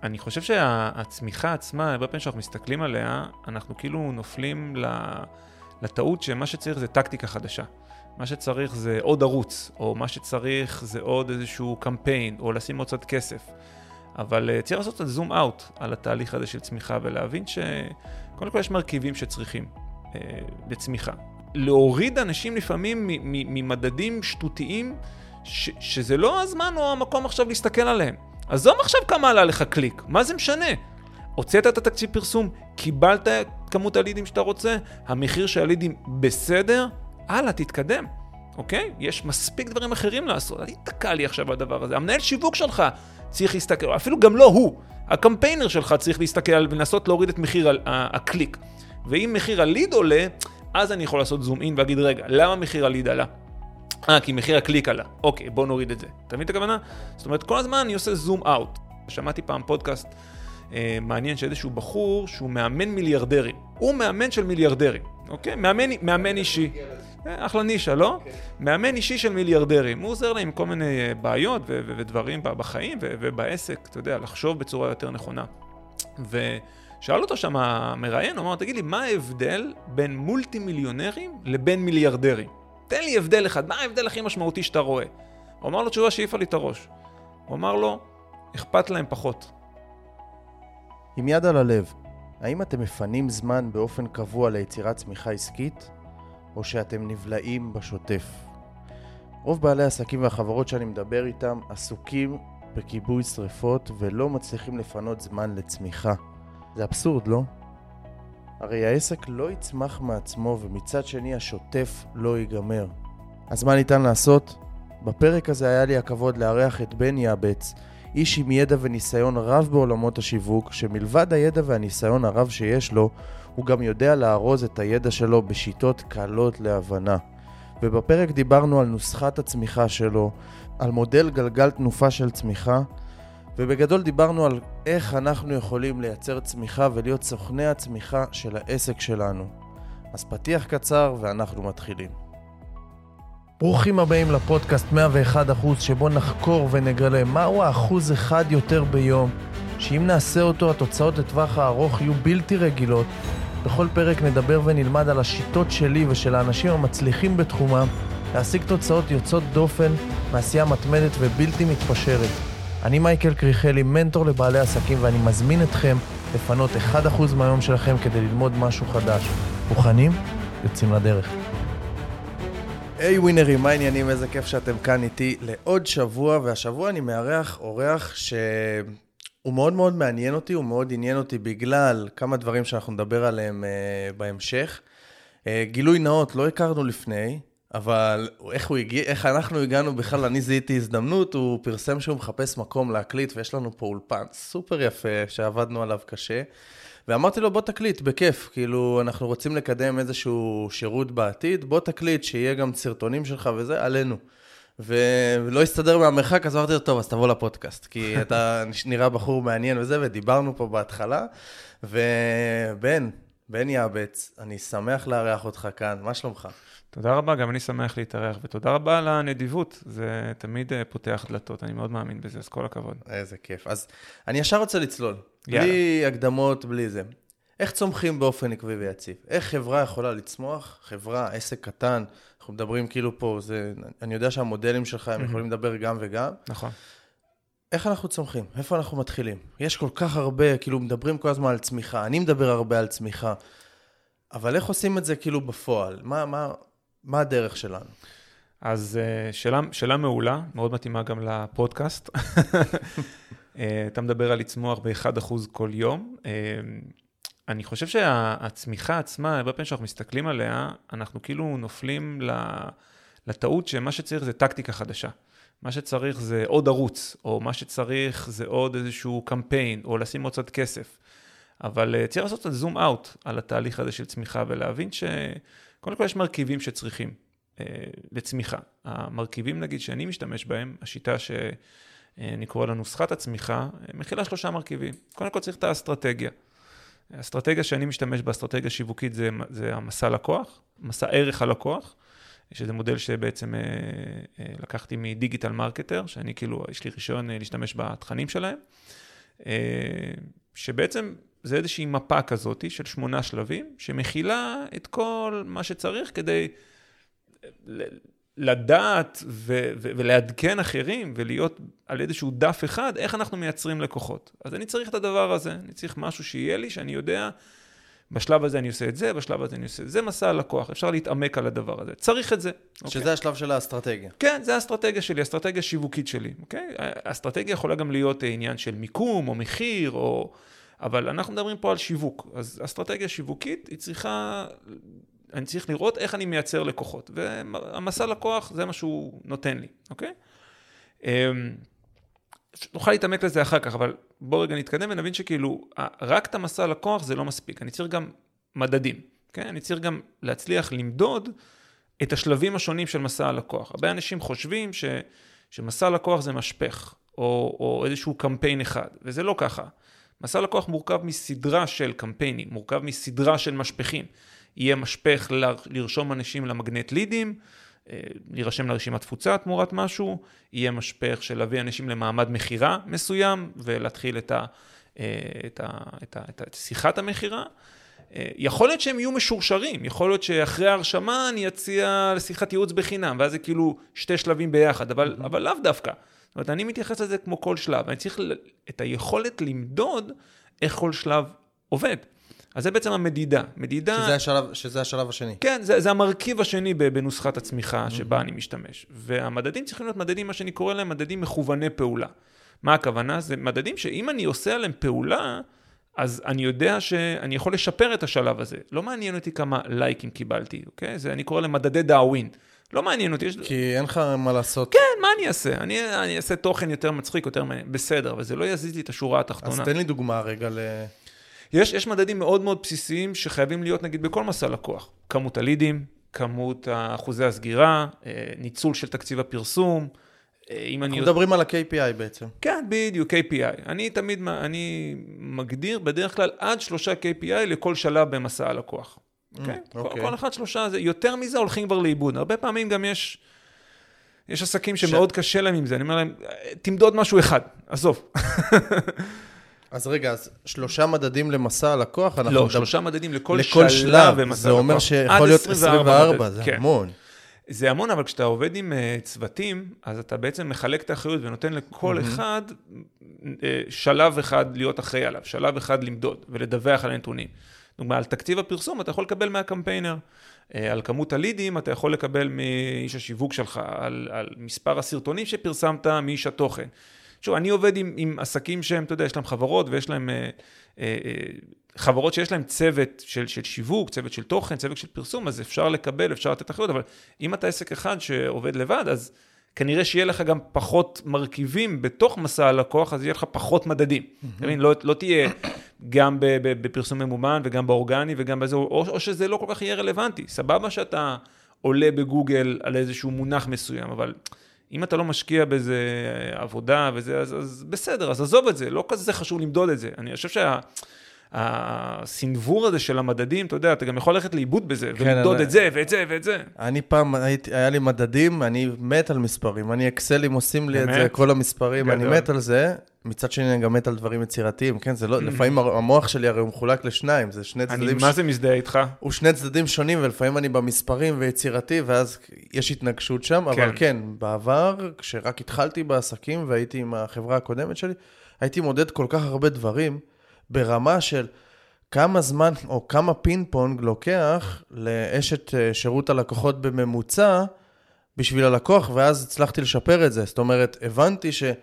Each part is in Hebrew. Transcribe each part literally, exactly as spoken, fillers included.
אני חושב שהצמיחה עצמה, הרבה פעמים שאנחנו מסתכלים עליה, אנחנו כאילו נופלים לטעות שמה שצריך זה טקטיקה חדשה. מה שצריך זה עוד ערוץ, או מה שצריך זה עוד איזשהו קמפיין, או לשים עוד קצת כסף. אבל צריך לעשות את זום אאוט על התהליך הזה של צמיחה, ולהבין שקודם כל יש מרכיבים שצריכים אה, לצמיחה. להוריד אנשים לפעמים ממדדים שטותיים, ש- שזה לא הזמן או המקום עכשיו להסתכל עליהם. עזוב עכשיו כמה עלה לך קליק, מה זה משנה? הוצאת את התקציב פרסום, קיבלת כמות הלידים שאתה רוצה, המחיר של הלידים בסדר, הלאה, תתקדם, אוקיי? יש מספיק דברים אחרים לעשות, אל תתקע לי עכשיו בדבר הזה. המנהל שיווק שלך צריך להסתכל, אפילו גם לא הוא, הקמפיינר שלך צריך להסתכל ולנסות להוריד את מחיר ה- הקליק. ואם מחיר הליד עולה, אז אני יכול לעשות זום אין ולהגיד, רגע, למה מחיר הליד עלה? אה, כי מחיר הקליק עלה. אוקיי, בוא נוריד את זה. אתה מבין את הכוונה? זאת אומרת, כל הזמן אני עושה זום אאוט. שמעתי פעם פודקאסט אה, מעניין שאיזשהו בחור שהוא מאמן מיליארדרים. הוא מאמן של מיליארדרים, אוקיי? מאמן, מאמן אישי. אה, אחלה נישה, לא? Okay. מאמן אישי של מיליארדרים. הוא עוזר להם עם כל מיני בעיות ו- ו- ודברים בחיים ו- ובעסק, אתה יודע, לחשוב בצורה יותר נכונה. ושאל אותו שם המראיין, הוא אמר, תגיד לי, מה ההבדל בין מולטי מיליונרים לבין מיליארדרים? תן לי הבדל אחד, מה ההבדל הכי משמעותי שאתה רואה? הוא אמר לו תשובה שהעיפה לי את הראש. הוא אמר לו, אכפת להם פחות. עם יד על הלב, האם אתם מפנים זמן באופן קבוע ליצירת צמיחה עסקית, או שאתם נבלעים בשוטף? רוב בעלי העסקים והחברות שאני מדבר איתם עסוקים בכיבוי שריפות ולא מצליחים לפנות זמן לצמיחה. זה אבסורד, לא? הרי העסק לא יצמח מעצמו ומצד שני השוטף לא ייגמר. אז מה ניתן לעשות? בפרק הזה היה לי הכבוד לארח את בן יעבץ, איש עם ידע וניסיון רב בעולמות השיווק, שמלבד הידע והניסיון הרב שיש לו, הוא גם יודע לארוז את הידע שלו בשיטות קלות להבנה. ובפרק דיברנו על נוסחת הצמיחה שלו, על מודל גלגל תנופה של צמיחה, ובגדול דיברנו על איך אנחנו יכולים לייצר צמיחה ולהיות סוכני הצמיחה של העסק שלנו. אז פתיח קצר ואנחנו מתחילים. ברוכים הבאים לפודקאסט מאה ואחד אחוז, שבו נחקור ונגלה מהו האחוז אחד יותר ביום, שאם נעשה אותו התוצאות לטווח הארוך יהיו בלתי רגילות. בכל פרק נדבר ונלמד על השיטות שלי ושל האנשים המצליחים בתחומם להשיג תוצאות יוצאות דופן מעשייה מתמדת ובלתי מתפשרת. אני מייקל קריכלי, מנטור לבעלי עסקים, ואני מזמין אתכם לפנות אחד אחוז מהיום שלכם כדי ללמוד משהו חדש. מוכנים? יוצאים לדרך. היי ווינרים, מה העניינים? איזה כיף שאתם כאן איתי לעוד שבוע, והשבוע אני מארח אורח שהוא מאוד מאוד מעניין אותי, הוא מאוד עניין אותי בגלל כמה דברים שאנחנו נדבר עליהם uh, בהמשך. Uh, גילוי נאות, לא הכרנו לפני, אבל איך, הוא הגיע, איך אנחנו הגענו בכלל, אני זיהיתי הזדמנות, הוא פרסם שהוא מחפש מקום להקליט, ויש לנו פה אולפן סופר יפה שעבדנו עליו קשה, ואמרתי לו בוא תקליט, בכיף, כאילו אנחנו רוצים לקדם איזשהו שירות בעתיד, בוא תקליט שיהיה גם סרטונים שלך וזה, עלינו. ולא הסתדר מהמרחק, אז אמרתי לו טוב, אז תבוא לפודקאסט, כי אתה נראה בחור מעניין וזה, ודיברנו פה בהתחלה, ובן, בן יעבץ, אני שמח לארח אותך כאן, מה שלומך? תודה רבה, גם אני שמח להתארח, ותודה רבה על הנדיבות, זה תמיד פותח דלתות, אני מאוד מאמין בזה, אז כל הכבוד. איזה כיף. אז אני ישר רוצה לצלול, יאללה. בלי הקדמות, בלי זה. איך צומחים באופן עקבי ויציב? איך חברה יכולה לצמוח? חברה, עסק קטן, אנחנו מדברים כאילו פה, זה, אני יודע שהמודלים שלך הם יכולים לדבר גם וגם. נכון. איך אנחנו צומחים? איפה אנחנו מתחילים? יש כל כך הרבה, כאילו מדברים כל הזמן על צמיחה, אני מדבר הרבה על צמיחה, אבל איך עושים את זה כאילו בפועל? מה, מה... מה הדרך שלנו? אז שאלה, שאלה מעולה, מאוד מתאימה גם לפודקאסט. אתה מדבר על לצמוח ב-אחד אחוז כל יום. אני חושב שהצמיחה עצמה, הרבה פעמים שאנחנו מסתכלים עליה, אנחנו כאילו נופלים לטעות שמה שצריך זה טקטיקה חדשה. מה שצריך זה עוד ערוץ, או מה שצריך זה עוד איזשהו קמפיין, או לשים עוד קצת כסף. אבל צריך לעשות את זום אאוט על התהליך הזה של צמיחה, ולהבין ש... קודם כל יש מרכיבים שצריכים אה, לצמיחה. המרכיבים נגיד שאני משתמש בהם, השיטה שאני קורא לה נוסחת הצמיחה, מכילה שלושה מרכיבים. קודם כל צריך את האסטרטגיה. האסטרטגיה שאני משתמש באסטרטגיה שיווקית זה, זה המסע לקוח, מסע ערך הלקוח, שזה מודל שבעצם אה, אה, לקחתי מדיגיטל מרקטר, שאני כאילו, יש לי רישיון אה, להשתמש בתכנים שלהם. שבעצם זה איזושהי מפה כזאת של שמונה שלבים, שמכילה את כל מה שצריך כדי לדעת ו- ו- ולעדכן אחרים, ולהיות על איזשהו דף אחד, איך אנחנו מייצרים לקוחות. אז אני צריך את הדבר הזה, אני צריך משהו שיהיה לי, שאני יודע, בשלב הזה אני עושה את זה, בשלב הזה אני עושה את זה, מסע הלקוח, אפשר להתעמק על הדבר הזה. צריך את זה. שזה אוקיי? השלב של האסטרטגיה. כן, זה האסטרטגיה שלי, האסטרטגיה שיווקית שלי. אוקיי? האסטרטגיה יכולה גם להיות עניין של מיקום או מחיר, או... אבל אנחנו מדברים פה על שיווק. אז אסטרטגיה שיווקית, היא צריכה... אני צריך לראות איך אני מייצר לקוחות. והמסע לקוח, זה מה שהוא נותן לי. אוקיי? נוכל להתעמק לזה אחר כך, אבל בואו רגע נתקדם ונבין שכאילו, רק את המסע לקוח זה לא מספיק. אני צריך גם מדדים. אוקיי? אני צריך גם להצליח למדוד את השלבים השונים של מסע הלקוח. הרבה אנשים חושבים ש, שמסע לקוח זה משפך, או, או איזשהו קמפיין אחד, וזה לא ככה. מסע לקוח מורכב מסדרה של קמפיינים, מורכב מסדרה של משפכים. יהיה משפך ל, לרשום אנשים למגנט לידים, להירשם לרשימת תפוצה תמורת משהו, יהיה משפך של להביא אנשים למעמד מחירה מסוים, ולהתחיל את, ה, את, ה, את, ה, את שיחת המחירה. יכול להיות שהם יהיו משורשרים, יכול להיות שאחרי ההרשמה אני אציע לשיחת ייעוץ בחינם, ואז זה כאילו שתי שלבים ביחד, אבל, mm-hmm. אבל לאו דווקא. זאת אומרת, אני מתייחס לזה כמו כל שלב, אני צריך את היכולת למדוד איך כל שלב עובד. אז זה בעצם המדידה. מדידה... שזה השלב, שזה השלב השני. כן, זה, זה המרכיב השני בנוסחת הצמיחה שבה אני משתמש. והמדדים צריכים להיות מדדים, מה שאני קורא להם, מדדים מכווני פעולה. מה הכוונה? זה מדדים שאם אני עושה עליהם פעולה, אז אני יודע שאני יכול לשפר את השלב הזה. לא מעניין אותי כמה לייקים קיבלתי, אוקיי? זה אני קורא להם מדדי דאווין. לא מעניין אותי. כי אין לך מה לעשות. כן, מה אני אעשה? אני, אני אעשה תוכן יותר מצחיק, יותר מעניין. בסדר, אבל זה לא יזיז לי את השורה התחתונה. אז תן לי דוגמה רגע ל... יש, יש מדדים מאוד מאוד בסיסיים שחייבים להיות נגיד בכל מסע לקוח. כמות הלידים, כמות אחוזי הסגירה, ניצול של תקציב הפרסום. אנחנו אני... מדברים על ה-קיי פי איי בעצם. כן, בדיוק, קיי פי איי. אני תמיד, אני מגדיר בדרך כלל עד שלושה קיי פי איי לכל שלב במסע הלקוח. אוקיי? Mm, okay. כל, כל אחד שלושה, זה, יותר מזה הולכים כבר לאיבוד. הרבה פעמים גם יש, יש עסקים שמאוד ש... קשה להם עם זה. אני אומר להם, תמדוד משהו אחד, עזוב. אז רגע, אז שלושה מדדים למסע הלקוח? לא, מדבר... שלושה מדדים לכל, לכל שלב, שלב במסע זה אומר שיכול להיות עשרים וארבע, זה כן. המון. זה המון, אבל כשאתה עובד עם uh, צוותים, אז אתה בעצם מחלק את האחריות ונותן לכל mm-hmm. אחד uh, שלב אחד להיות אחראי עליו, שלב אחד למדוד ולדווח על הנתונים. דוגמה, על תקציב הפרסום אתה יכול לקבל מהקמפיינר, uh, על כמות הלידים אתה יכול לקבל מאיש השיווק שלך, על, על מספר הסרטונים שפרסמת מאיש התוכן. שוב, אני עובד עם, עם עסקים שהם, אתה יודע, יש להם חברות ויש להם אה, אה, חברות שיש להם צוות של, של שיווק, צוות של תוכן, צוות של פרסום, אז אפשר לקבל, אפשר לתת אחריות, אבל אם אתה עסק אחד שעובד לבד, אז כנראה שיהיה לך גם פחות מרכיבים בתוך מסע הלקוח, אז יהיה לך פחות מדדים. אתה מבין, לא, לא תהיה גם בפרסום ממומן וגם באורגני וגם בזה, או, או שזה לא כל כך יהיה רלוונטי. סבבה שאתה עולה בגוגל על איזשהו מונח מסוים, אבל... אם אתה לא משקיע בזה עבודה וזה, אז, אז בסדר, אז עזוב את זה, לא כזה חשוב למדוד את זה. אני חושב שהסינבור הזה של המדדים, אתה יודע, אתה גם יכול ללכת לאיבוד בזה, כן, ולמדוד אני... את זה ואת זה ואת זה. אני פעם, הייתי, היה לי מדדים, אני מת על מספרים, אני אקסלים עושים לי באמת? את זה, כל המספרים, גדול. אני מת על זה, מצד שני אני גם מת על דברים יצירתיים, כן, זה לא, לפעמים המוח שלי הרי הוא מחולק לשניים, זה שני צדדים... אני, מה זה מזדהה איתך? הוא שני צדדים שונים, ולפעמים אני במספרים ויצירתי, ואז יש התנגשות שם, אבל כן, כן בעבר, כשרק התחלתי בעסקים והייתי עם החברה הקודמת שלי, הייתי מודד כל כך הרבה דברים, ברמה של כמה זמן או כמה פינג פונג לוקח לאשת שירות הלקוחות בממוצע בשביל הלקוח, ואז הצלחתי לשפר את זה. זאת אומרת, הבנתי ש...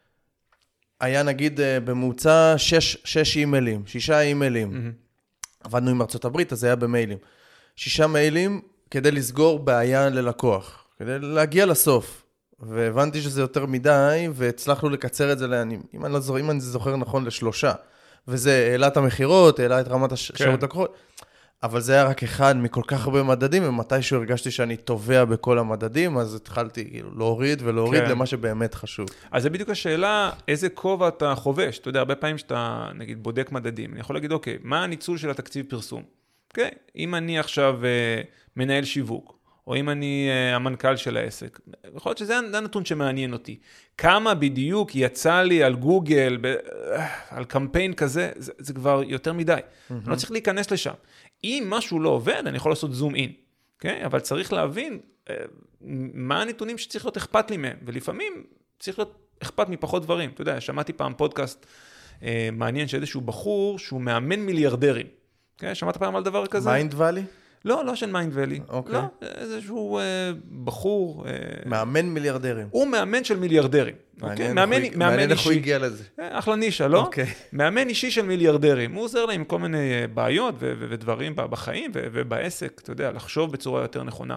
היה נגיד בממוצע שש, שש אימיילים, שישה אימיילים. Mm-hmm. עבדנו עם ארצות הברית, אז זה היה במיילים. שישה מיילים כדי לסגור בעיה ללקוח, כדי להגיע לסוף. והבנתי שזה יותר מדי, והצלחנו לקצר את זה, לאני, אם אני לא זוכר, אם אני זוכר נכון, לשלושה. וזה העלה את המחירות, העלה את רמת השירות כן. לקוחות. אבל זה היה רק אחד מכל כך הרבה מדדים, ומתישהו הרגשתי שאני טובע בכל המדדים, אז התחלתי כאילו, להוריד ולהוריד כן. למה שבאמת חשוב. אז זה בדיוק השאלה, איזה כובע אתה חובש? אתה יודע, הרבה פעמים שאתה, נגיד, בודק מדדים, אני יכול להגיד, אוקיי, מה הניצול של התקציב פרסום? אוקיי, אם אני עכשיו uh, מנהל שיווק, או אם אני uh, המנכ"ל של העסק. יכול להיות שזה הנתון שמעניין אותי. כמה בדיוק יצא לי על גוגל, ב, uh, על קמפיין כזה, זה, זה כבר יותר מדי. Mm-hmm. אני לא צריך להיכנס לשם. אם משהו לא עובד, אני יכול לעשות זום אין. Okay? אבל צריך להבין uh, מה הנתונים שצריך להיות אכפת לי מהם. ולפעמים צריך להיות אכפת מפחות דברים. אתה יודע, שמעתי פעם פודקאסט uh, מעניין שאיזשהו בחור שהוא מאמן מיליארדרים. Okay? שמעת פעם על דבר כזה? מיינד ואלי? לא, לא של מיינד ואלי. אוקיי. לא, איזשהו אה, בחור. אה, מאמן מיליארדרים. הוא מאמן של מיליארדרים. מעניין, מאמן, איך, מאמן מעניין איך הוא אישי. הגיע לזה. אה, אחלה נישה, לא? אוקיי. מאמן אישי של מיליארדרים. הוא עוזר להם עם כל מיני בעיות ו- ו- ודברים בחיים ו- ובעסק, אתה יודע, לחשוב בצורה יותר נכונה.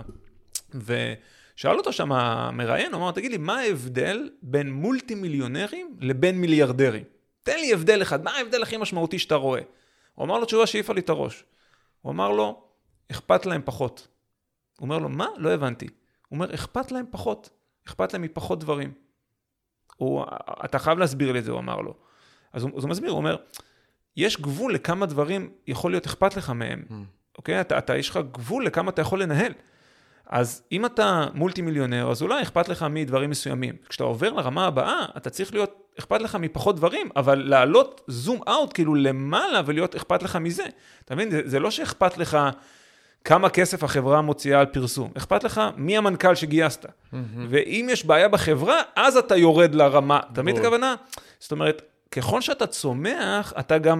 ושאל אותו שם המראיין, הוא אמר, תגיד לי, מה ההבדל בין מולטי מיליונרים לבין מיליארדרים? תן לי הבדל אחד, מה ההבדל הכי משמעותי שאתה רואה? הוא אמר לו תשובה שהעיפה לי את הראש. הוא אמר לו, אכפת להם פחות. הוא אומר לו, מה? לא הבנתי. הוא אומר, אכפת להם פחות. אכפת להם מפחות דברים. הוא, אתה חייב להסביר לי את זה, הוא אמר לו. אז הוא, אז הוא מסביר, הוא אומר, יש גבול לכמה דברים יכול להיות אכפת לך מהם. Mm. אוקיי? אתה, אתה, יש לך גבול לכמה אתה יכול לנהל. אז אם אתה מולטי מיליונר, אז אולי אכפת לך מדברים מסוימים. כשאתה עובר לרמה הבאה, אתה צריך להיות אכפת לך מפחות דברים, אבל לעלות זום אאוט כאילו למעלה ולהיות אכפת לך מזה. אתה מבין? זה, זה לא שאכפת לך כמה כסף החברה מוציאה על פרסום. אכפת לך מי המנכ"ל שגייסת. Mm-hmm. ואם יש בעיה בחברה, אז אתה יורד לרמה. אתה מבין את הכוונה? זאת אומרת, ככל שאתה צומח, אתה גם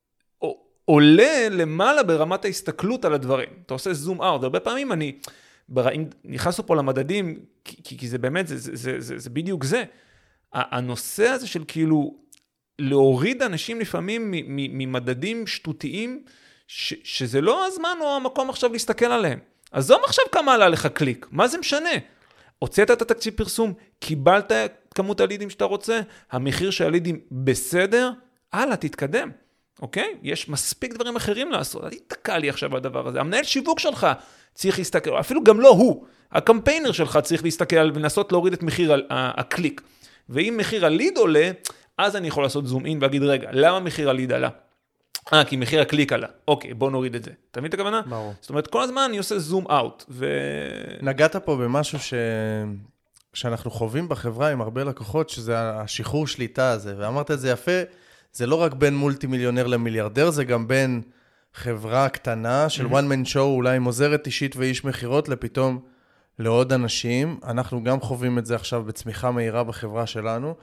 עולה למעלה ברמת ההסתכלות על הדברים. אתה עושה זום אאוט. הרבה פעמים אני... אם נכנסנו פה למדדים, כי, כי, כי זה באמת, זה, זה, זה, זה, זה בדיוק זה. הנושא הזה של כאילו, להוריד אנשים לפעמים ממדדים שטותיים, ש, שזה לא הזמן או המקום עכשיו להסתכל עליהם. אז זו עכשיו כמה עלה לך קליק, מה זה משנה? הוצאת את התקציב פרסום, קיבלת כמות הלידים שאתה רוצה, המחיר של הלידים בסדר, הלאה, תתקדם. אוקיי? יש מספיק דברים אחרים לעשות. אל תתקע לי עכשיו בדבר הזה. המנהל שיווק שלך צריך להסתכל, אפילו גם לא הוא. הקמפיינר שלך צריך להסתכל ולנסות להוריד את מחיר הקליק. ואם מחיר הליד עולה, אז אני יכול לעשות זום אין ולהגיד, רגע, למה מחיר הליד עלה? אה, כי מחיר הקליק עלה. אוקיי, בוא נוריד את זה. אתה מבין את הכוונה? ברור. זאת אומרת, כל הזמן אני עושה זום אאוט. ו... נגעת פה במשהו ש... שאנחנו חווים בחברה עם הרבה לקוחות, שזה השחרור שליטה הזה. ואמרת את זה יפה, זה לא רק בין מולטי מיליונר למיליארדר, זה גם בין חברה קטנה של one man show, אולי עם עוזרת אישית ואיש מחירות, לפתאום לעוד אנשים. אנחנו גם חווים את זה עכשיו בצמיחה מהירה בחברה שלנו.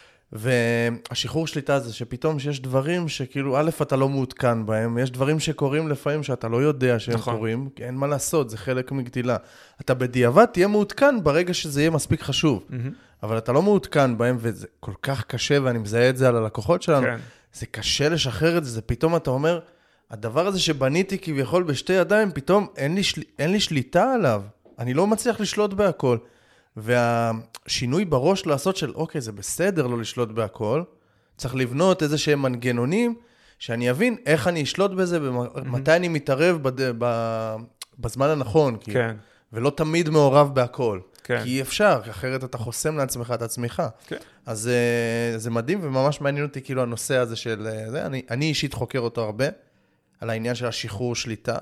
והשחרור שליטה זה שפתאום שיש דברים שכאילו, א', אתה לא מעודכן בהם, יש דברים שקורים לפעמים שאתה לא יודע שהם נכון. קורים, כי אין מה לעשות, זה חלק מגדילה. אתה בדיעבד תהיה מעודכן ברגע שזה יהיה מספיק חשוב, mm-hmm. אבל אתה לא מעודכן בהם, וזה כל כך קשה, ואני מזהה את זה על הלקוחות שלנו, כן. זה קשה לשחרר את זה, זה פתאום אתה אומר, הדבר הזה שבניתי כביכול בשתי ידיים, פתאום אין לי, של... אין לי שליטה עליו, אני לא מצליח לשלוט בהכל. והשינוי בראש לעשות של, אוקיי, זה בסדר לא לשלוט בהכל, צריך לבנות איזה שהם מנגנונים, שאני אבין איך אני אשלוט בזה, מתי אני מתערב בד... ב... בזמן הנכון, כי... כן. ולא תמיד מעורב בהכל. כן. כי אי אפשר, אחרת אתה חוסם לעצמך את עצמך. כן. אז זה מדהים, וממש מעניין אותי כאילו הנושא הזה של זה, אני, אני אישית חוקר אותו הרבה, על העניין של השחרור שליטה,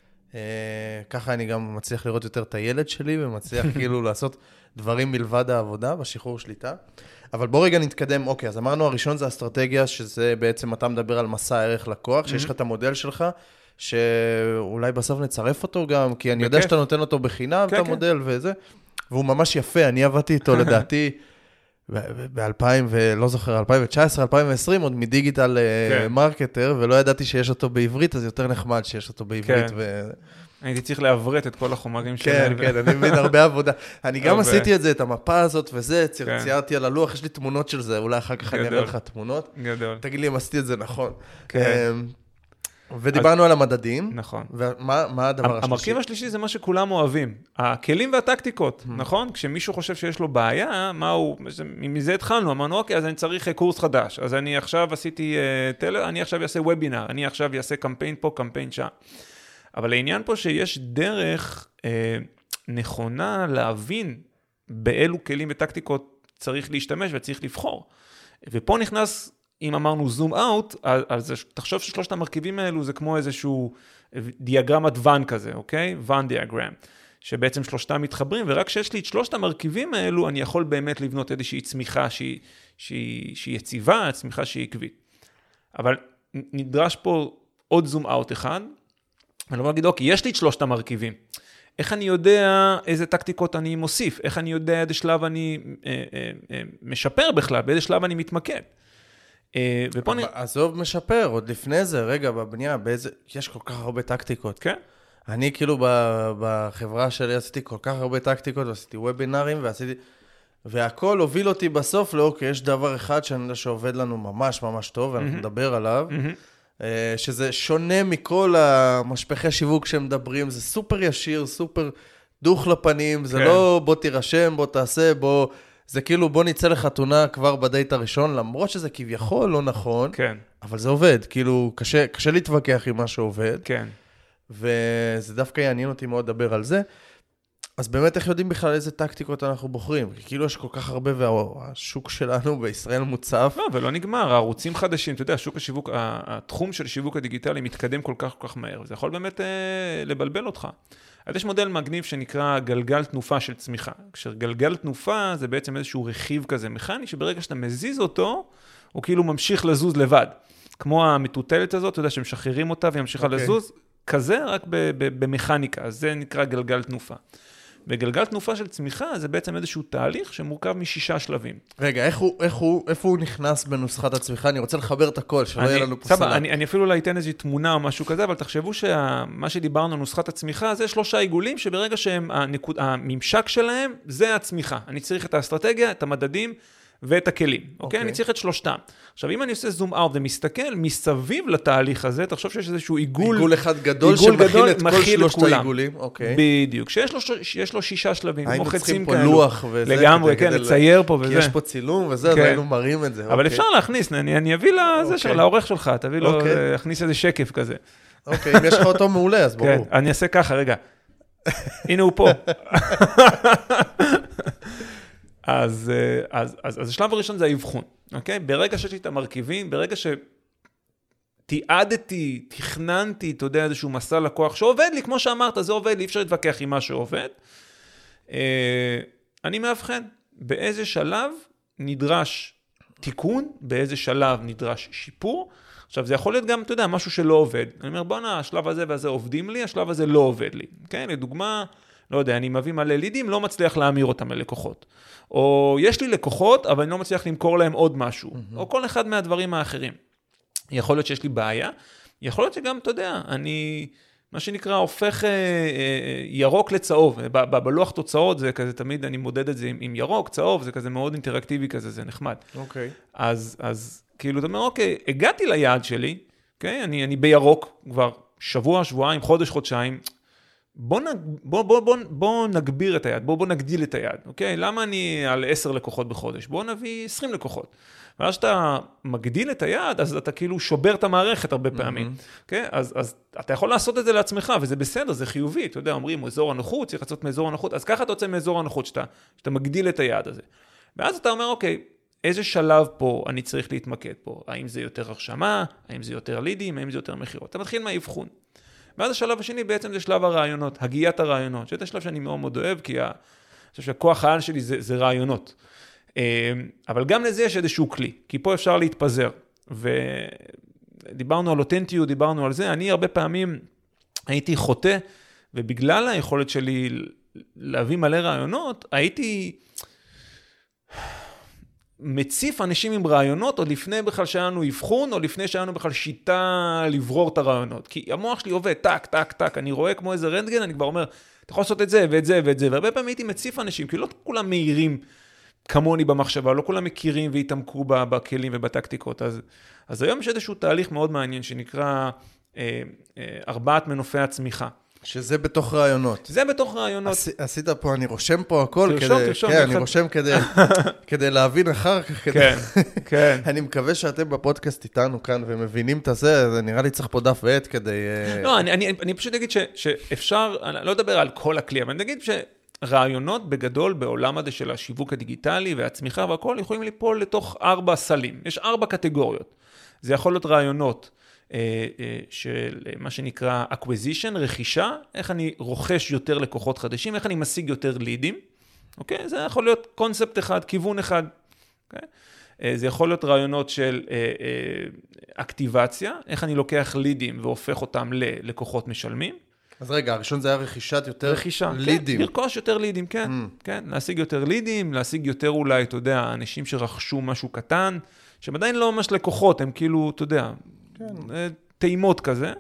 ככה אני גם מצליח לראות יותר את הילד שלי, ומצליח כאילו לעשות דברים מלבד העבודה, בשחרור שליטה. אבל בוא רגע נתקדם, אוקיי, אז אמרנו הראשון זה אסטרטגיה, שזה בעצם אתה מדבר על מסע ערך לקוח, שיש לך את המודל שלך, שאולי בסוף נצרף אותו גם, כי אני יודע שאתה נותן אותו בחינם, את המודל וזה, והוא ממש יפה, אני עבדתי איתו לדעתי, ב-אלפיים, ולא זוכר, אלפיים תשע עשרה, אלפיים ועשרים, עוד מדיגיטל מרקטר, ולא ידעתי שיש אותו בעברית, אז יותר נחמד שיש אותו בעברית. הייתי צריך לעברת את כל החומרים שלי. כן, כן, אני מבין הרבה עבודה. אני גם עשיתי את זה, את המפה הזאת וזה, ציירתי על הלוח, יש לי תמונות של זה, אולי אחר כך אני אראה לך תמונות. גדול. תגיד לי אם עשיתי את זה נכון. כן. ודיברנו על המדדים. נכון. ומה הדבר השלישי? המרכיב השלישי זה מה שכולם אוהבים. הכלים והטקטיקות, נכון? כשמישהו חושב שיש לו בעיה, מה הוא, מזה התחלנו, אמרנו, אוקיי, אז אני צריך קורס חדש. אז אני עכשיו עשיתי טלר, אני עכשיו אעשה וובינר, אני עכשיו אעשה קמפיין פה, קמפיין שם. אבל העניין פה שיש דרך אה, נכונה להבין באילו כלים וטקטיקות צריך להשתמש וצריך לבחור. ופה נכנס, אם אמרנו זום אאוט, אז תחשוב ששלושת המרכיבים האלו זה כמו איזשהו דיאגרמת ואן כזה, אוקיי? ואן דיאגרם. שבעצם שלושתם מתחברים, ורק כשיש לי את שלושת המרכיבים האלו, אני יכול באמת לבנות איזושהי צמיחה שהיא, שהיא, שהיא יציבה, צמיחה שהיא עקבית. אבל נדרש פה עוד זום אאוט אחד, ואני לא אגיד, אוקיי, יש לי את שלושת המרכיבים. איך אני יודע איזה טקטיקות אני מוסיף? איך אני יודע איזה שלב אני אה, אה, אה, משפר בכלל? באיזה שלב אני מתמקד? אה, ופה אני... עזוב משפר, עוד לפני זה, רגע, בבנייה, באיזה... יש כל כך הרבה טקטיקות. כן. אני כאילו בחברה שלי עשיתי כל כך הרבה טקטיקות, ועשיתי וובינרים, ועשיתי... והכל הוביל אותי בסוף לאוקיי, יש דבר אחד שאני יודע שעובד לנו ממש ממש טוב, ואנחנו נדבר עליו, שזה שונה מכל המשפחי שיווק שהם מדברים, זה סופר ישיר, סופר דוך לפנים, זה לא בוא תירשם, בוא תעשה, בוא... זה כאילו בוא נצא לחתונה כבר בדייט הראשון, למרות שזה כביכול לא נכון, אבל זה עובד, כאילו קשה, קשה להתווכח עם מה שעובד, וזה דווקא יעניין אותי מאוד לדבר על זה. אז באמת איך יודעים בכלל איזה טקטיקות אנחנו בוחרים? כי כאילו יש כל כך הרבה, והשוק שלנו בישראל מוצף. לא, ולא נגמר, הערוצים חדשים, אתה יודע, שוק השיווק, התחום של שיווק הדיגיטלי מתקדם כל כך כל כך מהר, וזה יכול באמת אה, לבלבל אותך. אז יש מודל מגניב שנקרא גלגל תנופה של צמיחה. כשגלגל תנופה זה בעצם איזשהו רכיב כזה מכני, שברגע שאתה מזיז אותו, הוא כאילו ממשיך לזוז לבד. כמו המטוטלת הזאת, אתה יודע, שמשחררים אותה והיא ממשיכה okay. לזוז, כזה רק במכניקה, אז זה נקרא גלגל תנופה. וגלגל תנופה של צמיחה זה בעצם איזשהו תהליך שמורכב משישה שלבים. רגע, איך הוא, איך הוא, איפה הוא נכנס בנוסחת הצמיחה? אני רוצה לחבר את הכל, שלא יהיה לנו פה סלט. אני, אני אפילו לא אתן איזושהי תמונה או משהו כזה, אבל תחשבו שמה שדיברנו על נוסחת הצמיחה, זה שלושה עיגולים שברגע שהם, הנקוד, הממשק שלהם, זה הצמיחה. אני צריך את האסטרטגיה, את המדדים ואת הכלים. אוקיי? אני צריך את שלושתם. עכשיו, אם אני עושה זום אאוט ומסתכל מסביב לתהליך הזה, תחשוב שיש איזשהו עיגול... עיגול אחד גדול שמכיל את כל שלושת העיגולים. אוקיי. בדיוק. שיש לו שישה שלבים. היינו צריכים פה לוח וזה. לגמרי, כן, לצייר פה וזה. כי יש פה צילום וזה, אז היינו מראים את זה. אבל אפשר להכניס, אני אביא לזה של לעורך שלך, תביא לו, להכניס איזה שקף כזה. אוקיי, אם יש לך אותו מעולה, אז ברור. אני אעשה ככה, רגע. הנה הוא פה. אז, אז, אז, אז השלב הראשון זה האבחון, אוקיי? ברגע שיש לי את המרכיבים, ברגע שתיעדתי, תכננתי, אתה יודע, איזשהו מסע לקוח שעובד לי, כמו שאמרת, זה עובד לי, אי אפשר להתווכח עם מה שעובד. אני מאבחן, באיזה שלב נדרש תיקון, באיזה שלב נדרש שיפור. עכשיו, זה יכול להיות גם, אתה יודע, משהו שלא עובד. אני אומר, בוא נה, השלב הזה והזה עובדים לי, השלב הזה לא עובד לי. אוקיי? לדוגמה, לא יודע, אני מביא מלא לידים, לא מצליח להמיר אותם ללקוחות. או יש לי לקוחות, אבל אני לא מצליח למכור להם עוד משהו. Mm-hmm. או כל אחד מהדברים האחרים. יכול להיות שיש לי בעיה. יכול להיות שגם, אתה יודע, אני, מה שנקרא, הופך אה, אה, ירוק לצהוב. ב- ב- בלוח תוצאות זה כזה, תמיד אני מודד את זה עם, עם ירוק, צהוב, זה כזה מאוד אינטראקטיבי כזה, זה נחמד. אוקיי. Okay. אז, אז כאילו, אתה אומר, אוקיי, הגעתי ליעד שלי, אוקיי? אני, אני בירוק כבר שבוע, שבועיים, חודש, חודשיים, בוא, בוא, בוא, בוא, בוא נגביר את היד, בוא, בוא נגדיל את היד, אוקיי? למה אני על עשר לקוחות בחודש? בוא נביא עשרים לקוחות. ואז שאתה מגדיל את היד, אז אתה כאילו שובר את המערכת הרבה פעמים, אוקיי? אז, אז אתה יכול לעשות את זה לעצמך, וזה בסדר, זה חיובי, אתה יודע, אומרים, אזור הנוחות, צריך לעשות מאזור הנוחות, אז ככה אתה יוצא מאזור הנוחות, שאתה, שאתה מגדיל את היד הזה. ואז אתה אומר, אוקיי, איזה שלב פה אני צריך להתמקד פה? האם זה יותר הרשמה? האם זה יותר לידים? האם זה יותר מחירות? אתה מתחיל מהאבחון. ואז השלב השני בעצם זה שלב הרעיונות, הגיית הרעיונות, שזה שלב שאני מאוד מאוד אוהב, כי אני חושב שהכוח העל שלי זה, זה רעיונות. אבל גם לזה יש איזשהו כלי, כי פה אפשר להתפזר. ודיברנו על אותנטיות, דיברנו על זה, אני הרבה פעמים הייתי חוטא, ובגלל היכולת שלי להביא מלא רעיונות, הייתי מציף אנשים עם רעיונות, עוד לפני בכלל שהיינו אבחון, או לפני שהיינו בכלל שיטה לברור את הרעיונות. כי המוח שלי עובד, טק, טק, טק, אני רואה כמו איזה רנטגן, אני כבר אומר, אתה יכול לעשות את זה ואת זה ואת זה, והרבה פעמים הייתי מציף אנשים, כי לא כולם מהירים כמוני במחשבה, לא כולם מכירים והתעמקו בכלים ובטקטיקות. אז, אז היום יש איזשהו תהליך מאוד מעניין, שנקרא אה, אה, ארבעת מנופי הצמיחה. שזה בתוך רעיונות. זה בתוך רעיונות. עשית פה, אני רושם פה הכל תרשום, כדי... תרשום. כן, אני רושם כדי, כדי להבין אחר כך. כן, כן. אני מקווה שאתם בפודקאסט איתנו כאן ומבינים את זה, זה נראה לי צריך פה דף ועט כדי... לא, אני, אני, אני פשוט אגיד ש, שאפשר, אני לא אדבר על כל הכלי, אבל אני אגיד שרעיונות בגדול בעולם הזה של השיווק הדיגיטלי והצמיחה והכל יכולים ליפול לתוך ארבע סלים. יש ארבע קטגוריות. זה יכול להיות רעיונות של מה שנקרא acquisition, רכישה, איך אני רוכש יותר לקוחות חדשים, איך אני משיג יותר לידים, אוקיי? זה יכול להיות קונספט אחד, כיוון אחד, אוקיי? זה יכול להיות רעיונות של אקטיבציה, איך אני לוקח לידים והופך אותם ללקוחות משלמים. אז רגע, הראשון זה היה רכישת יותר רכישה, לידים. כן, לרכוש יותר לידים, כן, mm. כן, להשיג יותר לידים, להשיג יותר אולי, אתה יודע, אנשים שרכשו משהו קטן, שהם עדיין לא ממש לקוחות, הם כאילו, אתה יודע, כן. טעימות כזה.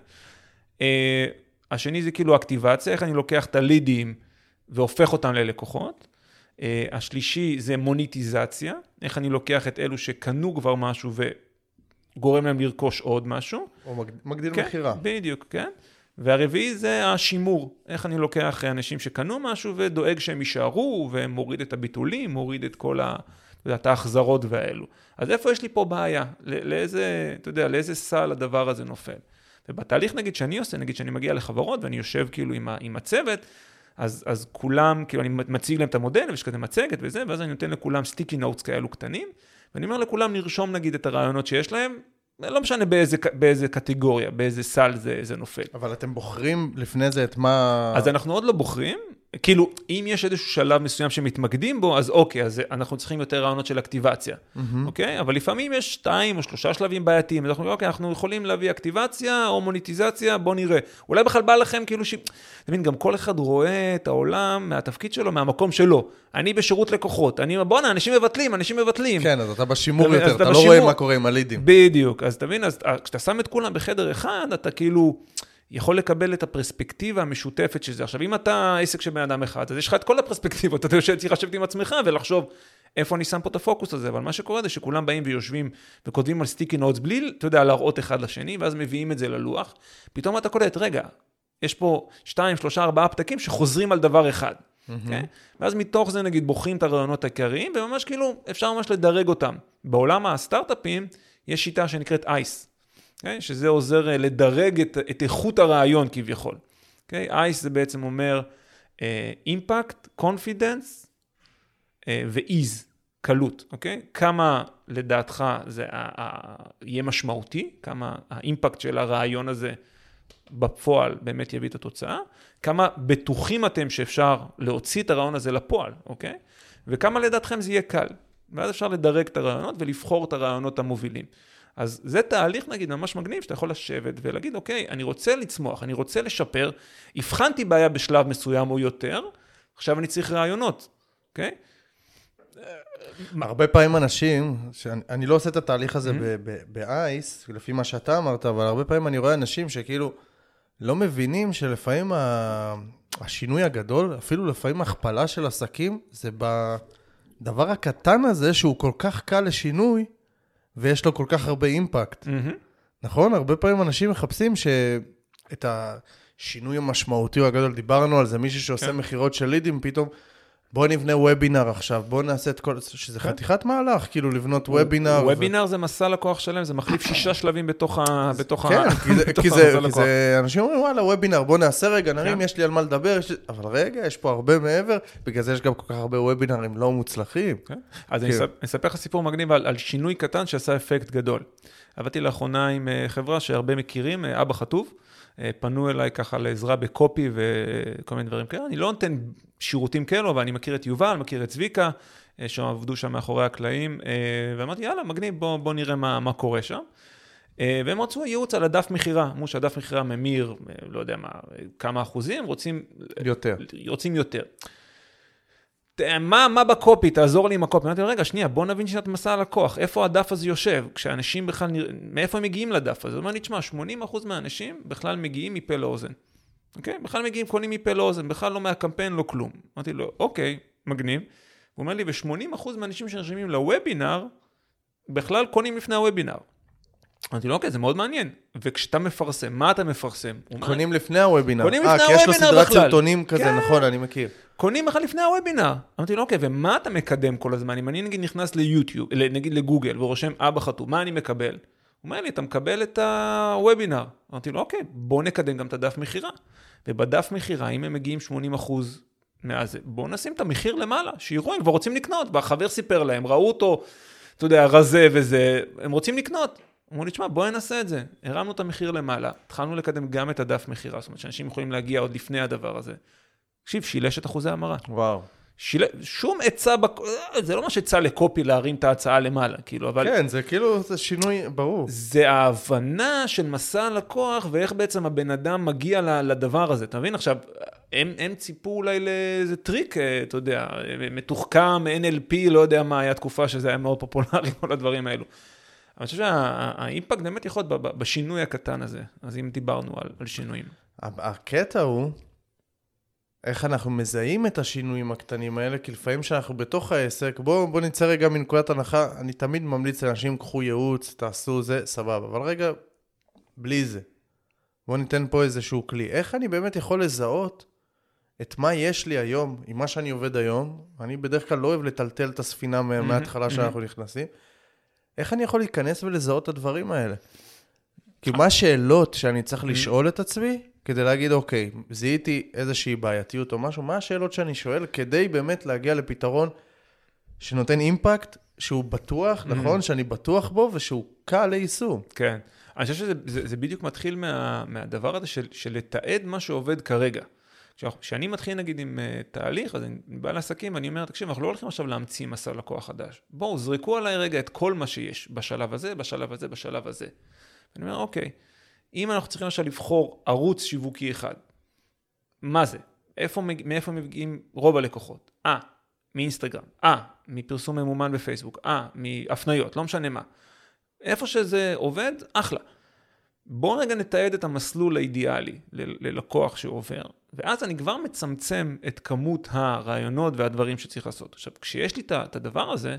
השני זה כאילו אקטיבציה, איך אני לוקח את הלידים והופך אותם ללקוחות. השלישי זה מוניטיזציה, איך אני לוקח את אלו שקנו כבר משהו וגורם להם לרכוש עוד משהו. או מגדיל כן, מחירה. בדיוק, כן. והרביעי זה השימור, איך אני לוקח אנשים שקנו משהו ודואג שהם יישארו ומוריד את הביטולים, מוריד את כל ה... את ההחזרות והאלו. אז איפה יש לי פה בעיה? לאיזה, אתה יודע, לאיזה סל הדבר הזה נופל? ובתהליך נגיד שאני עושה, נגיד שאני מגיע לחברות ואני יושב כאילו עם, ה, עם הצוות, אז, אז כולם, כאילו אני מציג להם את המודל, ויש כזה מצגת וזה, ואז אני נותן לכולם סטיקי נוטס כאלו קטנים, ואני אומר לכולם לרשום נגיד את הרעיונות שיש להם, לא משנה באיזה, באיזה קטגוריה, באיזה סל זה, זה נופל. אבל אתם בוחרים לפני זה את מה... אז אנחנו עוד לא בוחרים, כאילו, אם יש איזשהו שלב מסוים שמתמקדים בו, אז אוקיי, אז אנחנו צריכים יותר רעיונות של אקטיבציה, mm-hmm. אוקיי? אבל לפעמים יש שתיים או שלושה שלבים בעייתיים, אז אנחנו אומרים, אוקיי, אנחנו יכולים להביא אקטיבציה או מוניטיזציה, בוא נראה. אולי בכלל בא לכם כאילו ש... תבין, גם כל אחד רואה את העולם מהתפקיד שלו, מהמקום שלו. אני בשירות לקוחות, אני, בוא'נה, אנשים מבטלים, אנשים מבטלים. כן, אז אתה בשימור יותר, אתה לא רואה מה קורה עם הלידים. בדיוק, אז תבין, אז כשאתה שם את כולם בחדר אחד, אתה כאילו יכול לקבל את הפרספקטיבה המשותפת של זה. עכשיו, אם אתה עסק של בן אדם אחד, אז יש לך את כל הפרספקטיבות, אתה צריך לשבת עם עצמך ולחשוב איפה אני שם פה את הפוקוס הזה, אבל מה שקורה זה שכולם באים ויושבים וכותבים על סטיקי נוטס בלי, אתה יודע, להראות אחד לשני, ואז מביאים את זה ללוח. פתאום אתה קולט, רגע, יש פה שתיים, שלושה, ארבעה פתקים שחוזרים על דבר אחד. Okay? ואז מתוך זה נגיד בוחרים את הרעיונות העיקריים, וממש כאילו אפשר ממש לדרג אותם. בעולם הסטארט-אפים יש שיטה שנקראת אייס. Okay? שזה עוזר לדרג את, את איכות הרעיון כביכול. Okay? אייס זה בעצם אומר uh, impact, confidence uh, ו-ease, קלות. Okay? כמה לדעתך זה uh, uh, יהיה משמעותי, כמה האימפקט של הרעיון הזה בפועל באמת יביא את התוצאה, כמה בטוחים אתם שאפשר להוציא את הרעיון הזה לפועל, אוקיי? וכמה לדעתכם זה יהיה קל. ואז אפשר לדרג את הרעיונות ולבחור את הרעיונות המובילים. אז זה תהליך, נגיד, ממש מגניב, שאתה יכול לשבת ולהגיד, אוקיי, אני רוצה לצמוח, אני רוצה לשפר, הבחנתי בעיה בשלב מסוים או יותר, עכשיו אני צריך רעיונות, אוקיי? הרבה פעמים אנשים, אני לא עושה את התהליך הזה באייס, לפי מה שאתה אמרת, אבל הרבה פעמים אני רואה אנשים שכאילו לא מבינים שלפעמים השינוי הגדול, אפילו לפעמים הכפלה של עסקים, זה בדבר הקטן הזה שהוא כל כך קל לשינוי, ויש לו כל כך הרבה אימפקט. נכון? הרבה פעמים אנשים מחפשים שאת השינוי המשמעותי או הגדול, דיברנו על זה, מישהו שעושה מחירות של לידים, פתאום בוא נבנה וובינר עכשיו, בוא נעשה את כל... שזה חתיכת מהלך, כאילו לבנות וובינר. וובינר זה מסע לקוח שלם, זה מחליף שישה שלבים בתוך ה... כן, כי זה... אנשים אומרים, וואלה, וובינר, בוא נעשה רגע, נרים, יש לי על מה לדבר, אבל רגע, יש פה הרבה מעבר, בגלל זה יש גם כל כך הרבה וובינרים לא מוצלחים. אז אני אספר לך סיפור מגניב על שינוי קטן שעשה אפקט גדול. עבדתי לאחרונה עם חברה שהרבה מכירים, אבא חטוב, פנו אליי ככה לעזרה בקופי וכל מיני דברים כאלה. אני לא נותן שירותים כאלו, אבל אני מכיר את יובל, מכיר את צביקה, שעבדו שם מאחורי הקלעים, ואמרתי, יאללה, מגניב, בוא, בוא נראה מה, מה קורה שם. והם רצו ייעוץ על הדף מחירה, אמרו שהדף מחירה ממיר, לא יודע מה, כמה אחוזים, רוצים יותר. רוצים יותר. מה, מה בקופי? תעזור לי עם הקופי. אמרתי, רגע, שנייה, בוא נבין שאת מסע הלקוח. איפה הדף הזה יושב? כשאנשים בכלל, מאיפה הם מגיעים לדף הזה? זאת אומרת, תשמע, שמונים אחוז מהאנשים בכלל מגיעים מפה לאוזן. אוקיי? בכלל מגיעים, קונים מפה לאוזן, בכלל לא מהקמפיין, לא כלום. אמרתי לו, אוקיי, מגניב. הוא אומר לי, ו-שמונים אחוז מהאנשים שנרשמים לוובינר, בכלל קונים לפני הוובינר. אמרתי לו, אוקיי, זה מאוד מעניין. וכשאתה מפרסם, מה אתה מפרסם? קונים לפני הוובינר. קונים לפני הוובינר בכלל. כי יש לו סדרת סרטונים כזה, נכון, אני מכיר. קונים בכלל לפני הוובינר. אמרתי לו, אוקיי, ומה אתה מקדם כל הזמן? אם אני נגיד נכנס ליוטיוב, נגיד לגוגל, ורושם אבא חטוב, מה אני מקבל? הוא אומר לי, אתה מקבל את הוובינר. אמרתי לו, אוקיי, בוא נקדם גם את הדף מחירה. ובדף מחירה, אם הם מגיעים שמונים אחוז מאז, בואו נשים את המחיר למעלה, שיראו, הם כבר רוצים לקנות. והחבר סיפר להם, ראו אותו, אתה יודע, רזה וזה, הם רוצים לקנות. אמרו לי, תשמע, בואי נעשה את זה. הרמנו את המחיר למעלה, התחלנו לקדם גם את הדף מחירה, זאת אומרת, שאנשים יכולים להגיע עוד לפני הדבר הזה. תקשיב, שילש את אחוזי המרה. וואו. שיל... שום עצה, בק... זה לא מה שעצה לקופי להרים את ההצעה למעלה, כאילו, אבל... כן, זה כאילו, זה שינוי, ברור. זה ההבנה של מסע הלקוח, ואיך בעצם הבן אדם מגיע לדבר הזה, אתה מבין? עכשיו, הם, הם ציפו אולי לאיזה טריק, אתה יודע, מתוחכם, אן אל פי, לא יודע מה, היה תקופה שזה היה מאוד פופולרי, כל הדברים האלו. אני חושב שהאימפקט באמת יכול להיות בשינוי הקטן הזה, אז אם דיברנו על, על שינויים. הקטע הוא, איך אנחנו מזהים את השינויים הקטנים האלה, כי לפעמים שאנחנו בתוך העסק, בוא, בוא נצא רגע מנקודת הנחה, אני תמיד ממליץ לאנשים, קחו ייעוץ, תעשו זה, סבבה, אבל רגע, בלי זה. בוא ניתן פה איזשהו כלי. איך אני באמת יכול לזהות את מה יש לי היום, עם מה שאני עובד היום, אני בדרך כלל לא אוהב לטלטל את הספינה מההתחלה שאנחנו נכנסים, איך אני יכול להיכנס ולזהות את הדברים האלה? כי מה השאלות שאני צריך לשאול את עצמי, כדי להגיד, אוקיי, זיהיתי איזושהי בעייתיות או משהו, מה השאלות שאני שואל, כדי באמת להגיע לפתרון שנותן אימפקט, שהוא בטוח, נכון? שאני בטוח בו, ושהוא קל ליישום. כן. אני חושב שזה זה, זה בדיוק מתחיל מה, מהדבר הזה של, של לתעד מה שעובד כרגע. כשאני מתחיל נגיד עם uh, תהליך, אז אני בא לעסקים, אני אומר, תקשיב, אנחנו לא הולכים עכשיו להמציא מסע לקוח חדש. בואו, זרקו עליי רגע את כל מה שיש בשלב הזה, בשלב הזה, בשלב הזה. אני אומר, אוקיי, אם אנחנו צריכים עכשיו לבחור ערוץ שיווקי אחד, מה זה? איפה, מאיפה מגיעים רוב הלקוחות? אה, מאינסטגרם, אה, מפרסום ממומן בפייסבוק, אה, מהפניות, לא משנה מה. איפה שזה עובד, אחלה. בואו רגע נתעד את המסלול האידיאלי ל- ללקוח שעובר, ואז אני כבר מצמצם את כמות הרעיונות והדברים שצריך לעשות. עכשיו, כשיש לי את הדבר הזה,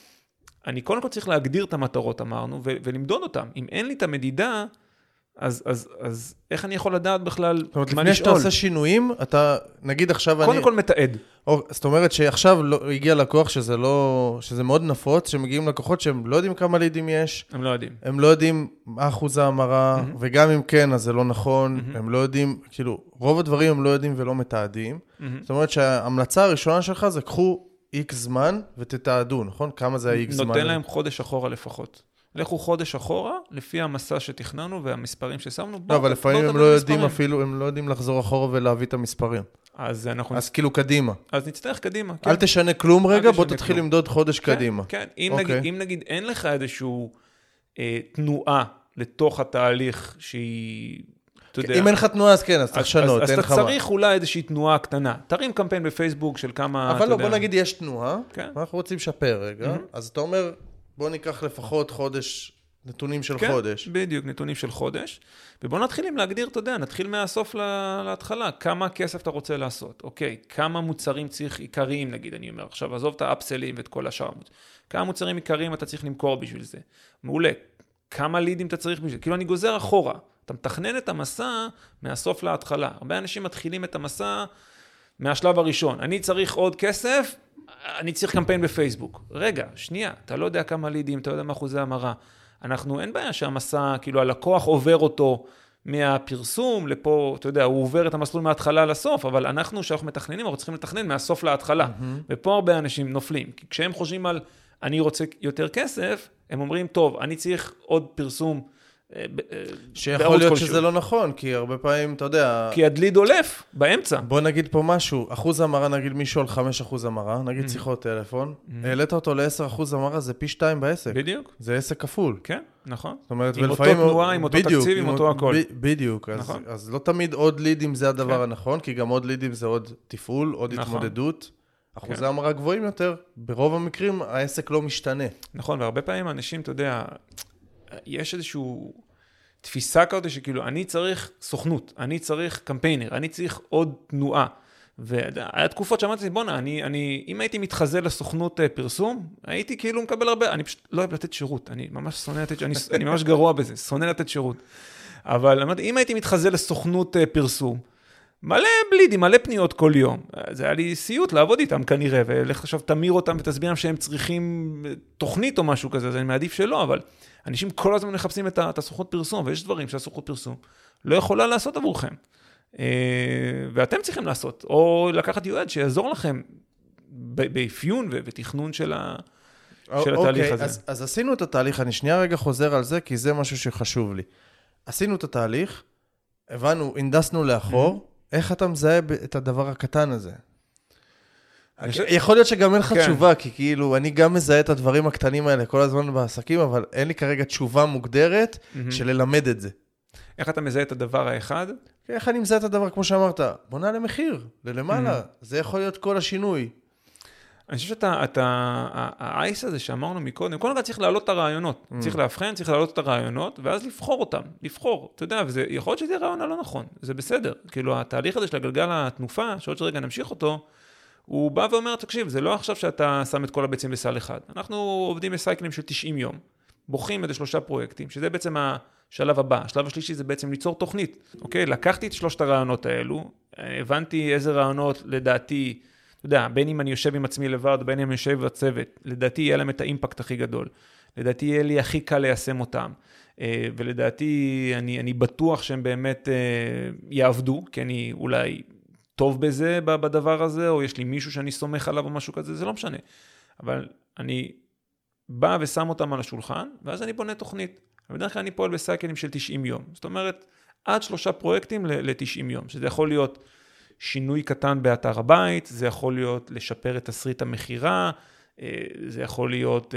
אני קודם כל צריך להגדיר את המטרות, אמרנו, ו- ולמדוד אותם. אם אין לי את המדידה, אז, אז, אז איך אני יכול לדעת בכלל מה לשאול? זאת אומרת, לפני שאתה עושה שינויים, אתה, נגיד עכשיו קודם אני... קודם כל מתעד. או, זאת אומרת שעכשיו לא, הגיע לקוח שזה לא, שזה מאוד נפוץ, שמגיעים לקוחות שהם לא יודעים כמה לידים יש. הם לא יודעים. הם לא יודעים מה אחוז ההמרה, mm-hmm. וגם אם כן, אז זה לא נכון. Mm-hmm. הם לא יודעים, כאילו, רוב הדברים הם לא יודעים ולא מתעדים. Mm-hmm. זאת אומרת שההמלצה הראשונה שלך זה קחו איקס זמן ותתעדו, נכון? כמה זה האיקס זמן? נותן להם חודש אחורה לפחות. לכו חודש אחורה, לפי המסע שתכננו והמספרים ששמנו. לא, אבל לפעמים הם לא יודעים אפילו, הם לא יודעים לחזור אחורה ולהביא את המספרים. אז אנחנו... אז כאילו קדימה. אז נצטרך קדימה. אל תשנה כלום רגע, בוא תתחיל למדוד חודש קדימה. כן, אם נגיד אין לך איזשהו תנועה לתוך התהליך שהיא... אם אין לך תנועה, אז כן, אז צריך שנות. אז אתה צריך אולי איזושהי תנועה קטנה. תרים קמפיין בפייסבוק של כמה... אבל לא, בוא נגיד יש תנועה, ואנחנו רוצים לשפר רגע, אז אתה אומר... בוא ניקח לפחות חודש, נתונים של כן, חודש. כן, בדיוק, נתונים של חודש. ובוא נתחיל עם להגדיר, אתה יודע, נתחיל מהסוף להתחלה. כמה כסף אתה רוצה לעשות? אוקיי, כמה מוצרים צריך עיקריים, נגיד, אני אומר. עכשיו, עזוב את האפסלים ואת כל השאר. כמה מוצרים עיקריים אתה צריך למכור בשביל זה? מעולה. כמה לידים אתה צריך בשביל זה? כאילו, אני גוזר אחורה. אתה מתכנן את המסע מהסוף להתחלה. הרבה אנשים מתחילים את המסע מהשלב הראשון. אני צריך עוד כסף, אני צריך קמפיין בפייסבוק. רגע, שנייה, אתה לא יודע כמה לידים, אתה לא יודע מה אחוזי המרה. אנחנו, אין בעיה שהמסע, כאילו הלקוח עובר אותו מהפרסום לפה, אתה יודע, הוא עובר את המסלול מההתחלה לסוף, אבל אנחנו, שאנחנו מתכננים, אנחנו צריכים לתכנן מהסוף להתחלה. Mm-hmm. ופה הרבה אנשים נופלים. כי כשהם חושבים על, אני רוצה יותר כסף, הם אומרים, טוב, אני צריך עוד פרסום, שיכול להיות שזה לא נכון, כי הרבה פעמים, אתה יודע... כי הדליד הולף באמצע. בוא נגיד פה משהו, אחוז המרה, נגיד מישהו על חמש אחוז המרה, נגיד שיחות טלפון, העלית אותו ל-עשרה אחוז המרה, זה פי שתיים בעסק. בדיוק. זה עסק כפול. כן, נכון. זאת אומרת, עם אותו תנועה, עם אותו תקציב, עם אותו הכל. בדיוק. אז לא תמיד עוד לידים זה הדבר הנכון, כי גם עוד לידים זה עוד תפעול, עוד התמודדות. אחוזי המרה גבוהים יותר, ברוב המקרים העסק לא משתנה. נכון, והרבה פעמים האנשים, אתה יודע, יש איזשהו תפיסה כזאת שכאילו, אני צריך סוכנות, אני צריך קמפיינר, אני צריך עוד תנועה. והיה תקופות שאמרתי, בונה, אני, אני, אם הייתי מתחזה לסוכנות פרסום, הייתי כאילו מקבל הרבה, אני פשוט לא אוהב לתת שירות, אני ממש שונא לתת, אני, אני ממש גרוע בזה, שונא לתת שירות. אבל אמרתי, אם הייתי מתחזה לסוכנות פרסום, מלא בלידים, מלא פניות כל יום. זה היה לי סיוט לעבוד איתם כנראה, ולך עכשיו תמיר אותם ותסביר להם שהם צריכים תוכנית או משהו כזה, אז אני מעדיף שלא, אבל אנשים כל הזמן מחפשים את הסוכנות פרסום, ויש דברים שהסוכנות פרסום לא יכולה לעשות עבורכם. ואתם צריכים לעשות, או לקחת יועד שיעזור לכם באפיון ותכנון של ה... של התהליך הזה. אז, אז עשינו את התהליך, אני שנייה רגע חוזר על זה, כי זה משהו שחשוב לי. עשינו את התהליך, הבנו, הנדסנו לאחור, איך אתה מזהה את הדבר הקטן הזה? יכול להיות שגם אין לך תשובה, כי כאילו, אני גם מזהה את הדברים הקטנים האלה כל הזמן בעסקים, אבל אין לי כרגע תשובה מוגדרת של ללמד את זה. איך אתה מזהה את הדבר האחד? איך אני מזהה את הדבר, כמו שאמרת, בוא נעלה מחיר, ללמעלה, זה יכול להיות כל השינוי. אני חושב שאתה, האייס הזה שאמרנו מקודם, קודם כל צריך להעלות את הרעיונות, צריך להבחן, צריך להעלות את הרעיונות, ואז לבחור אותם, לבחור, אתה יודע, וזה יכול להיות שזה רעיון הלא נכון, זה בסדר, כאילו התהליך הזה של הגלגל התנופה, שעוד שרגע נמשיך אותו, הוא בא ואומר, תקשיב, זה לא עכשיו שאתה שם את כל הביצים בסל אחד, אנחנו עובדים בסייקלים של תשעים יום, בוחרים איזה שלושה פרויקטים, שזה בעצם השלב הבא, השלב השלישי זה בעצם ליצור תוכנית, אוקיי? לקחתי את שלושת הרעיונות האלו, הבנתי איזה רעיונות לדעתי, אתה יודע, בין אם אני יושב עם עצמי לבד, בין אם אני יושב בצוות, לדעתי יהיה להם את האימפקט הכי גדול, לדעתי יהיה לי הכי קל ליישם אותם, ולדעתי אני, אני בטוח שהם באמת יעבדו, כי אני אולי טוב בזה, בדבר הזה, או יש לי מישהו שאני סומך עליו או משהו כזה, זה לא משנה. אבל אני בא ושם אותם על השולחן, ואז אני בונה תוכנית. בדרך כלל אני פועל בסייקלים של תשעים יום. זאת אומרת, עד שלושה פרויקטים ל-תשעים יום, שזה יכול להיות שינוי קטן באתר הבית, זה יכול להיות לשפר את תסריט המחירה, זה יכול להיות,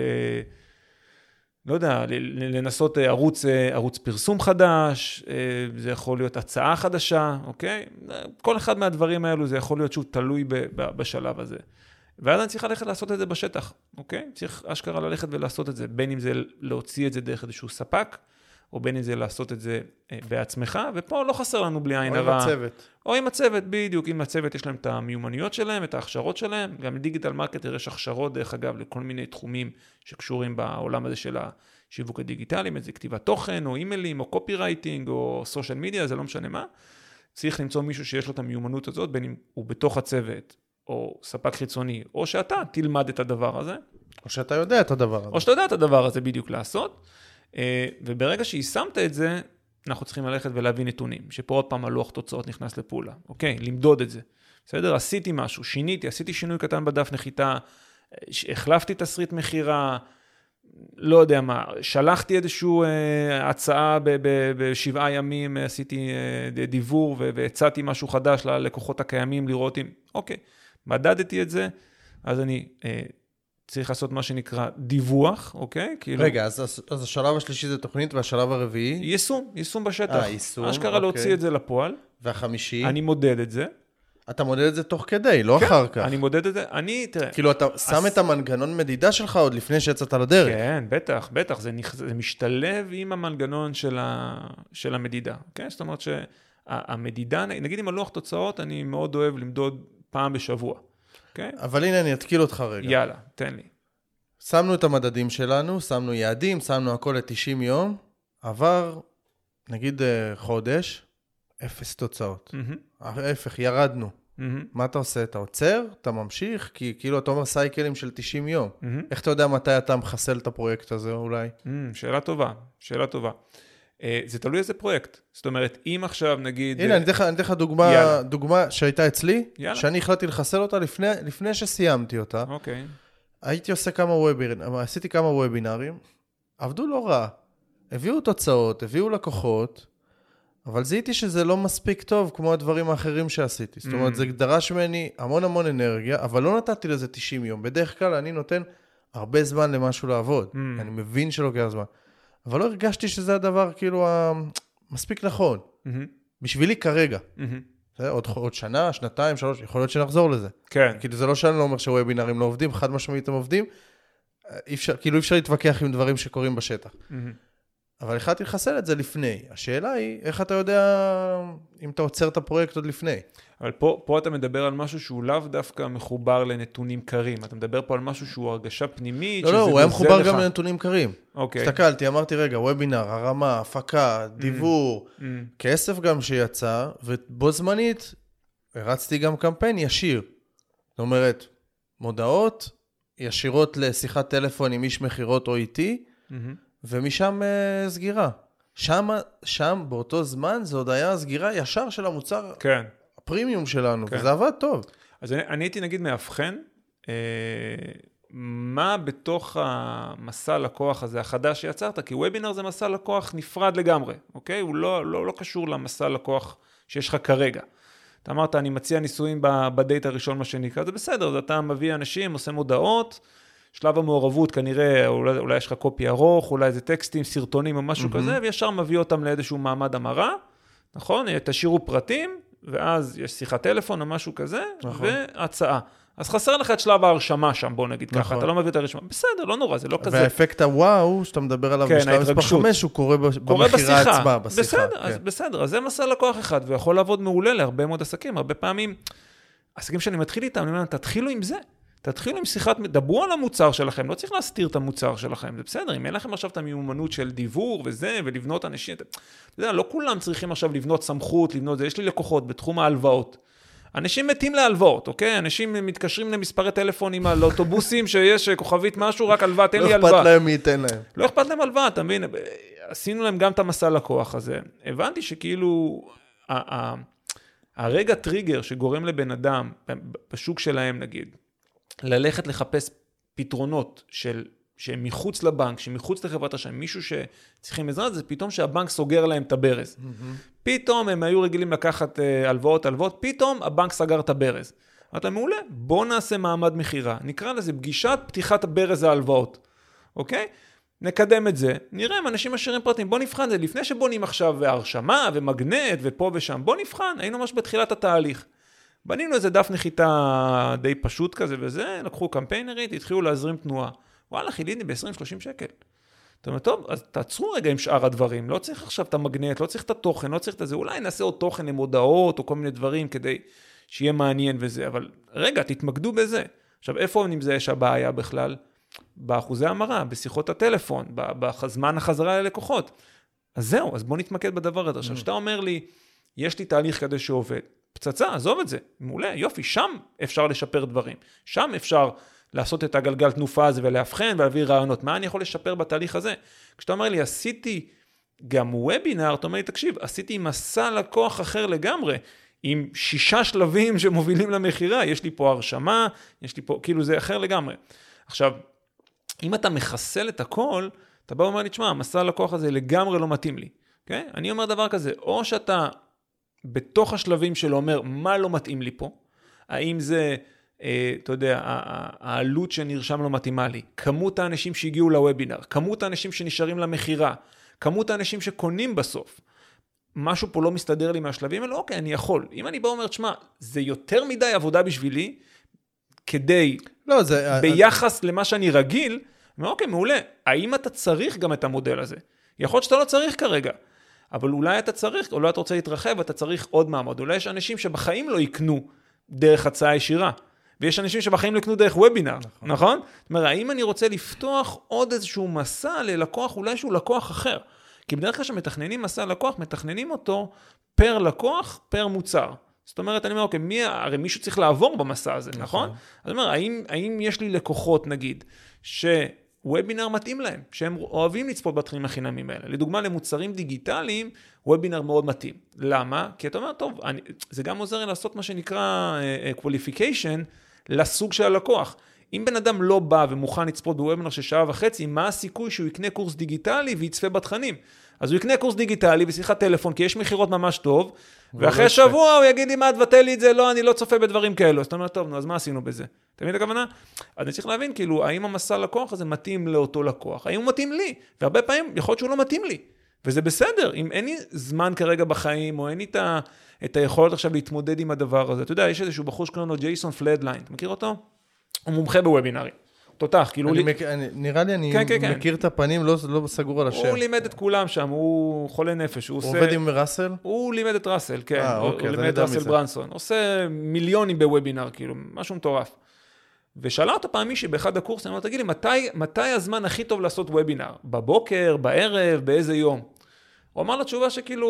לא יודע, לנסות ערוץ, ערוץ פרסום חדש, זה יכול להיות הצעה חדשה, אוקיי? כל אחד מהדברים האלו זה יכול להיות שהוא תלוי בשלב הזה. ואז אני צריך ללכת לעשות את זה בשטח, אוקיי? צריך אשכרה ללכת ולעשות את זה, בין אם זה להוציא את זה דרך איזשהו ספק, או בין אם זה לעשות את זה בעצמך, ופה לא חסר לנו בלי עין הרע. או עם הצוות. או עם הצוות, בדיוק. עם הצוות יש להם את המיומנויות שלהם, את ההכשרות שלהם. גם דיגיטל מרקטר יש הכשרות, דרך אגב, לכל מיני תחומים שקשורים בעולם הזה של השיווק הדיגיטלי, איזה כתיבת תוכן, או אימיילים, או קופי רייטינג, או סושיאל מדיה, זה לא משנה מה. צריך למצוא מישהו שיש לו את המיומנות הזאת, בין אם הוא בתוך הצוות, או ספק חיצוני, או שאתה תלמד את הדבר הזה. או שאתה יודע את הדבר הזה. או שאתה יודע את הדבר הזה בדיוק לעשות. וברגע שהשמת את זה, אנחנו צריכים ללכת ולהביא נתונים, שפה עוד פעם הלוח תוצאות נכנס לפעולה. אוקיי? למדוד את זה. בסדר? עשיתי משהו, שיניתי, עשיתי שינוי קטן בדף נחיתה, החלפתי תסריט מחירה, לא יודע מה, שלחתי איזשהו אה, הצעה ב- ב- בשבעה ימים, עשיתי אה, דיבור והצעתי משהו חדש ללקוחות הקיימים לראות אם, אוקיי, מדדתי את זה, אז אני אה, צריך לעשות מה שנקרא דיווח, אוקיי? כאילו, רגע, אז, אז השלב השלישי זה תוכנית, והשלב הרביעי? יישום, יישום בשטח. אה, יישום, אשכרה אוקיי. להוציא את זה לפועל. והחמישי? אני מודד את זה. אתה מודד את זה תוך כדי, לא כן, אחר כך. אני מודד את זה, אני, תראה. כאילו, אתה שם אז... את המנגנון מדידה שלך עוד לפני שיצאת לדרך. כן, בטח, בטח, זה, נכ... זה משתלב עם המנגנון של, ה... של המדידה. כן? זאת אומרת שהמדידה, נגיד עם הלוח תוצאות, אני מאוד אוהב למדוד פעם בשבוע. כן? אבל הנה, אני אתקיל אותך רגע. יאללה, תן לי. שמנו את המדדים שלנו, שמנו יעדים, שמנו הכל ל-תשעים יום, עבר, נגיד חודש, אפס תוצאות. Mm-hmm. ההפך, ירדנו. Mm-hmm. מה אתה עושה? אתה עוצר? אתה ממשיך? כי כאילו אתה אומר סייקלים של תשעים יום. Mm-hmm. איך אתה יודע מתי אתה מחסל את הפרויקט הזה אולי? Mm, שאלה טובה, שאלה טובה. Uh, זה תלוי איזה פרויקט. זאת אומרת, אם עכשיו נגיד... הנה, אני אתן לך דוגמה, דוגמה שהייתה אצלי, יאללה. שאני החלטתי לחסל אותה לפני, לפני שסיימתי אותה. אוקיי. הייתי עושה כמה וובינרים, עשיתי כמה וובינרים, עבדו לא רע, הביאו תוצאות, הביאו לקוחות, אבל זיהיתי שזה לא מספיק טוב כמו הדברים האחרים שעשיתי. זאת אומרת, זה דרש ממני המון המון אנרגיה, אבל לא נתתי לזה תשעים יום. בדרך כלל אני נותן הרבה זמן למשהו לעבוד. אני מבין שלוקח זמן. אבל לא הרגשתי שזה הדבר כאילו מספיק נכון. בשבילי כרגע. עוד, עוד שנה, שנתיים, שלוש, יכול להיות שנחזור לזה. כן. כאילו זה לא שאני לא אומר שוובינרים לא עובדים, חד משמעית הם עובדים, אי אפשר, כאילו אי אפשר להתווכח עם דברים שקורים בשטח. Mm-hmm. אבל החלטתי לחסל את זה לפני. השאלה היא, איך אתה יודע אם אתה עוצר את הפרויקט עוד לפני? אבל פה, פה אתה מדבר על משהו שהוא לאו דווקא מחובר לנתונים קרים. אתה מדבר פה על משהו שהוא הרגשה פנימית. לא, לא, הוא היה מחובר לך. גם לנתונים קרים. אוקיי. הסתכלתי, אמרתי, רגע, וובינר, הרמה, הפקה, דיבור, mm-hmm. כסף גם שיצא, ובו זמנית, הרצתי גם קמפיין ישיר. זאת אומרת, מודעות ישירות לשיחת טלפון עם איש מחירות או איתי, mm-hmm. ומשם uh, סגירה. שם, שם, באותו זמן, זה עוד היה סגירה ישר של המוצר, כן. הפרימיום שלנו, כן. וזה עבד טוב. אז אני, אני הייתי נגיד מאבחן, אה, מה בתוך המסע לקוח הזה החדש שיצרת, כי וובינר זה מסע לקוח נפרד לגמרי, אוקיי? הוא לא, לא, לא קשור למסע לקוח שיש לך כרגע. אתה אמרת, אני מציע ניסויים בדייט הראשון, מה שנקרא, זה בסדר, אז אתה מביא אנשים, עושה מודעות, שלב המעורבות כנראה, אולי, אולי יש לך קופי ארוך, אולי זה טקסטים, סרטונים או משהו mm-hmm. כזה, וישר מביא אותם לאיזשהו מעמד המרה, נכון? תשאירו פרטים, ואז יש שיחת טלפון או משהו כזה, נכון. והצעה. אז חסר לך את שלב ההרשמה שם, בוא נגיד נכון. ככה, אתה לא מביא את הרשמה. בסדר, לא נורא, זה לא כזה. והאפקט הוואו, שאתה מדבר עליו כן, בשלב מספר חמש, הוא קורה, קורה במחירה בשיחה. עצמה, בשיחה. בסדר, כן. אז בסדר, אז זה מסע לקוח אחד, ויכול לעבוד מעולה להרבה מאוד עסקים. הרבה פעמים, עסקים שאני מתחיל איתם, אני אומר, תתחילו עם זה. תתחילו עם שיחת, דברו על המוצר שלכם, לא צריך להסתיר את המוצר שלכם, זה בסדר, אם אין לכם עכשיו את המיומנות של דיוור וזה, ולבנות אנשים, אתה יודע, לא כולם צריכים עכשיו לבנות סמכות, לבנות זה, יש לי לקוחות בתחום ההלוואות. אנשים מתים להלוואות, אוקיי? אנשים מתקשרים למספרי טלפונים על אוטובוסים שיש כוכבית משהו, רק הלוואה, תן לי הלוואה. לא אכפת להם מי ייתן להם. לא אכפת להם הלוואה, אתה מבין? עשינו להם גם את המסע לקוח הזה. הבנתי שכאילו, הרגע טריגר שגורם לבן אדם, בשוק שלהם נגיד, ללכת לחפש פתרונות של, שהם מחוץ לבנק, שמחוץ לחברת השם, מישהו שצריכים עזרה, זה פתאום שהבנק סוגר להם את הברז. Mm-hmm. פתאום הם היו רגילים לקחת uh, הלוואות, הלוואות, פתאום הבנק סגר את הברז. אתה מעולה, בוא נעשה מעמד מחירה, נקרא לזה פגישת פתיחת הברז ההלוואות, אוקיי? נקדם את זה, נראה אם אנשים משאירים פרטים, בוא נבחן את זה, לפני שבונים עכשיו הרשמה ומגנט ופה ושם, בוא נבחן, היינו ממש בתחילת התהליך. בנינו איזה דף נחיתה די פשוט כזה וזה, לקחו קמפיינרית, התחילו להזרים תנועה. וואלה, חיליני ב-עשרים שלושים שקל. אתה אומר, טוב, אז תעצרו רגע עם שאר הדברים, לא צריך עכשיו את המגנט, לא צריך את התוכן, לא צריך את זה, אולי נעשה עוד תוכן עם הודעות או כל מיני דברים כדי שיהיה מעניין וזה, אבל רגע, תתמקדו בזה. עכשיו, איפה נמצא יש הבעיה בכלל? באחוזי המרה, בשיחות הטלפון, בזמן החזרה ללקוחות. אז זהו, אז בוא נתמקד בדבר הזה. עכשיו, שאתה אומר לי, יש לי תהליך כזה שעובד. פצצה, עזוב את זה, מעולה, יופי, שם אפשר לשפר דברים, שם אפשר לעשות את הגלגל תנופה הזה ולהבחן ולהביא רעיונות, מה אני יכול לשפר בתהליך הזה? כשאתה אומר לי, עשיתי גם וובינר, אתה אומר לי, תקשיב, עשיתי מסע לקוח אחר לגמרי, עם שישה שלבים שמובילים למחירה, יש לי פה הרשמה, יש לי פה, כאילו זה אחר לגמרי. עכשיו, אם אתה מחסל את הכל, אתה בא ואומר לי, תשמע, המסע לקוח הזה לגמרי לא מתאים לי, okay? אני אומר דבר כזה, או שאתה בתוך השלבים שלו אומר, מה לא מתאים לי פה? האם זה, אה, אתה יודע, העלות שנרשם לא מתאימה לי, כמות האנשים שהגיעו לוובינר, כמות האנשים שנשארים למחירה, כמות האנשים שקונים בסוף, משהו פה לא מסתדר לי מהשלבים האלה, אוקיי, אני יכול. אם אני בא ואומר, תשמע, זה יותר מדי עבודה בשבילי, כדי, לא, זה... ביחס למה שאני רגיל, אוקיי, מעולה. האם אתה צריך גם את המודל הזה? יכול להיות שאתה לא צריך כרגע. אבל אולי אתה צריך, אולי אתה רוצה להתרחב, אתה צריך עוד מעמד. אולי יש אנשים שבחיים לא יקנו דרך הצעה ישירה, ויש אנשים שבחיים לא יקנו דרך וובינר, נכון? נכון? זאת אומרת, האם אני רוצה לפתוח עוד איזשהו מסע ללקוח, אולי שהוא לקוח אחר? כי בדרך כלל שמתכננים מסע לקוח, מתכננים אותו פר לקוח, פר מוצר. זאת אומרת, אני אומר, אוקיי, מי, הרי מישהו צריך לעבור במסע הזה, נכון? נכון? אז אני אומר, האם, האם יש לי לקוחות, נגיד, ש... וובינר מתאים להם, שהם אוהבים לצפות בתכנים החינמים האלה. לדוגמה, למוצרים דיגיטליים, וובינר מאוד מתאים. למה? כי אתה אומר, טוב, אני, זה גם עוזר לי לעשות מה שנקרא uh, qualification לסוג של הלקוח. אם בן אדם לא בא ומוכן לצפות בוובינר של שעה וחצי, מה הסיכוי שהוא יקנה קורס דיגיטלי ויצפה בתכנים? אז הוא יקנה קורס דיגיטלי ושיחת טלפון, כי יש מחירות ממש טוב, ואחרי שבוע הוא יגיד לי, מה, תבטל לי את זה? לא, אני לא צופה בדברים כאלו. אז אתה אומר, טוב, נו, אז מה עשינו בזה? אתה מבין את הכוונה? אז אני צריך להבין, כאילו, האם המסע לקוח הזה מתאים לאותו לקוח? האם הוא מתאים לי? והרבה פעמים יכול להיות שהוא לא מתאים לי. וזה בסדר. אם אין לי זמן כרגע בחיים, או אין לי את היכולת עכשיו להתמודד עם הדבר הזה. אתה יודע, יש איזשהו בחור שקוראים לו ג'ייסון פלדליין. אתה מכיר אותו? הוא מומחה בוובינרים. תותח, כאילו... אני מק... אני, נראה לי, אני כן, כן, מכיר כן. את הפנים, לא, לא סגור על השם. הוא לימד את כולם שם, הוא חולה נפש. הוא, הוא עושה... עובד עם ראסל? הוא לימד את ראסל, כן. אה, הוא, אוקיי, הוא לימד את ראסל מזה. ברנסון. עושה מיליונים בוובינר, כאילו, משהו מטורף. ושאלה אותה פעם מישהי באחד הקורסים, אני אומר, תגיד לי, מתי, מתי הזמן הכי טוב לעשות וובינר? בבוקר, בערב, באיזה יום? הוא אמר לה תשובה שכאילו,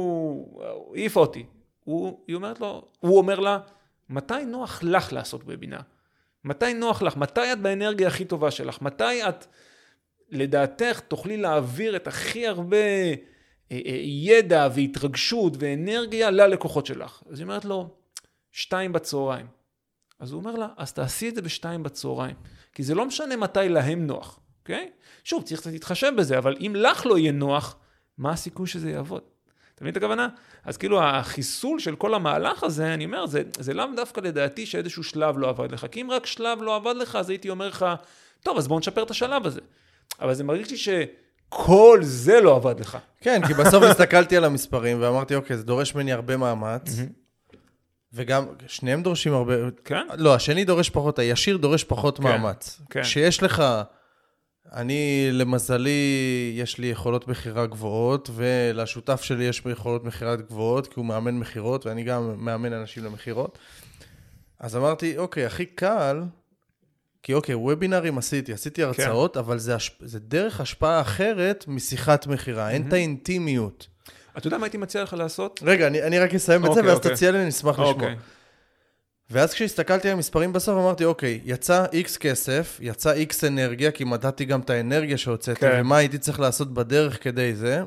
הוא העיף אותי. הוא, היא אומרת לו, הוא אומר לה, מתי נוח לך לעשות וובינר? מתי נוח לך? מתי את באנרגיה הכי טובה שלך? מתי את, לדעתך, תוכלי להעביר את הכי הרבה ידע והתרגשות ואנרגיה ללקוחות שלך? אז היא אומרת לו, שתיים בצהריים. אז הוא אומר לה, אז תעשי את זה בשתיים בצהריים, כי זה לא משנה מתי להם נוח, אוקיי? שוב, צריך להתחשב בזה, אבל אם לך לא יהיה נוח, מה הסיכוי שזה יעבוד? אתה מבין את הכוונה? אז כאילו החיסול של כל המהלך הזה, אני אומר, זה, זה לאו דווקא לדעתי שאיזשהו שלב לא עבד לך, כי אם רק שלב לא עבד לך, אז הייתי אומר לך, טוב, אז בואו נשפר את השלב הזה. אבל זה מרגיש לי שכל זה לא עבד לך. כן, כי בסוף הסתכלתי על המספרים ואמרתי, אוקיי, זה דורש ממני הרבה מאמץ, וגם שניהם דורשים הרבה... כן? לא, השני דורש פחות, הישיר דורש פחות כן, מאמץ. כן. שיש לך... אני, למזלי, יש לי יכולות מחירה גבוהות, ולשותף שלי יש יכולות מחירה גבוהות, כי הוא מאמן מחירות, ואני גם מאמן אנשים למחירות. אז אמרתי, אוקיי, הכי קל, כי אוקיי, וובינרים עשיתי, עשיתי הרצאות, כן. אבל זה, זה דרך השפעה אחרת משיחת מחירה, אין את האינטימיות. אתה יודע מה הייתי מציע לך לעשות? רגע, אני, אני רק אסיים את זה, ואז תציע לי, נשמח לשמוע. ואז כשהסתכלתי על המספרים בסוף, אמרתי, אוקיי, יצא X כסף, יצא X אנרגיה, כי מדעתי גם את האנרגיה שהוצאתי, כן. ומה הייתי צריך לעשות בדרך כדי זה,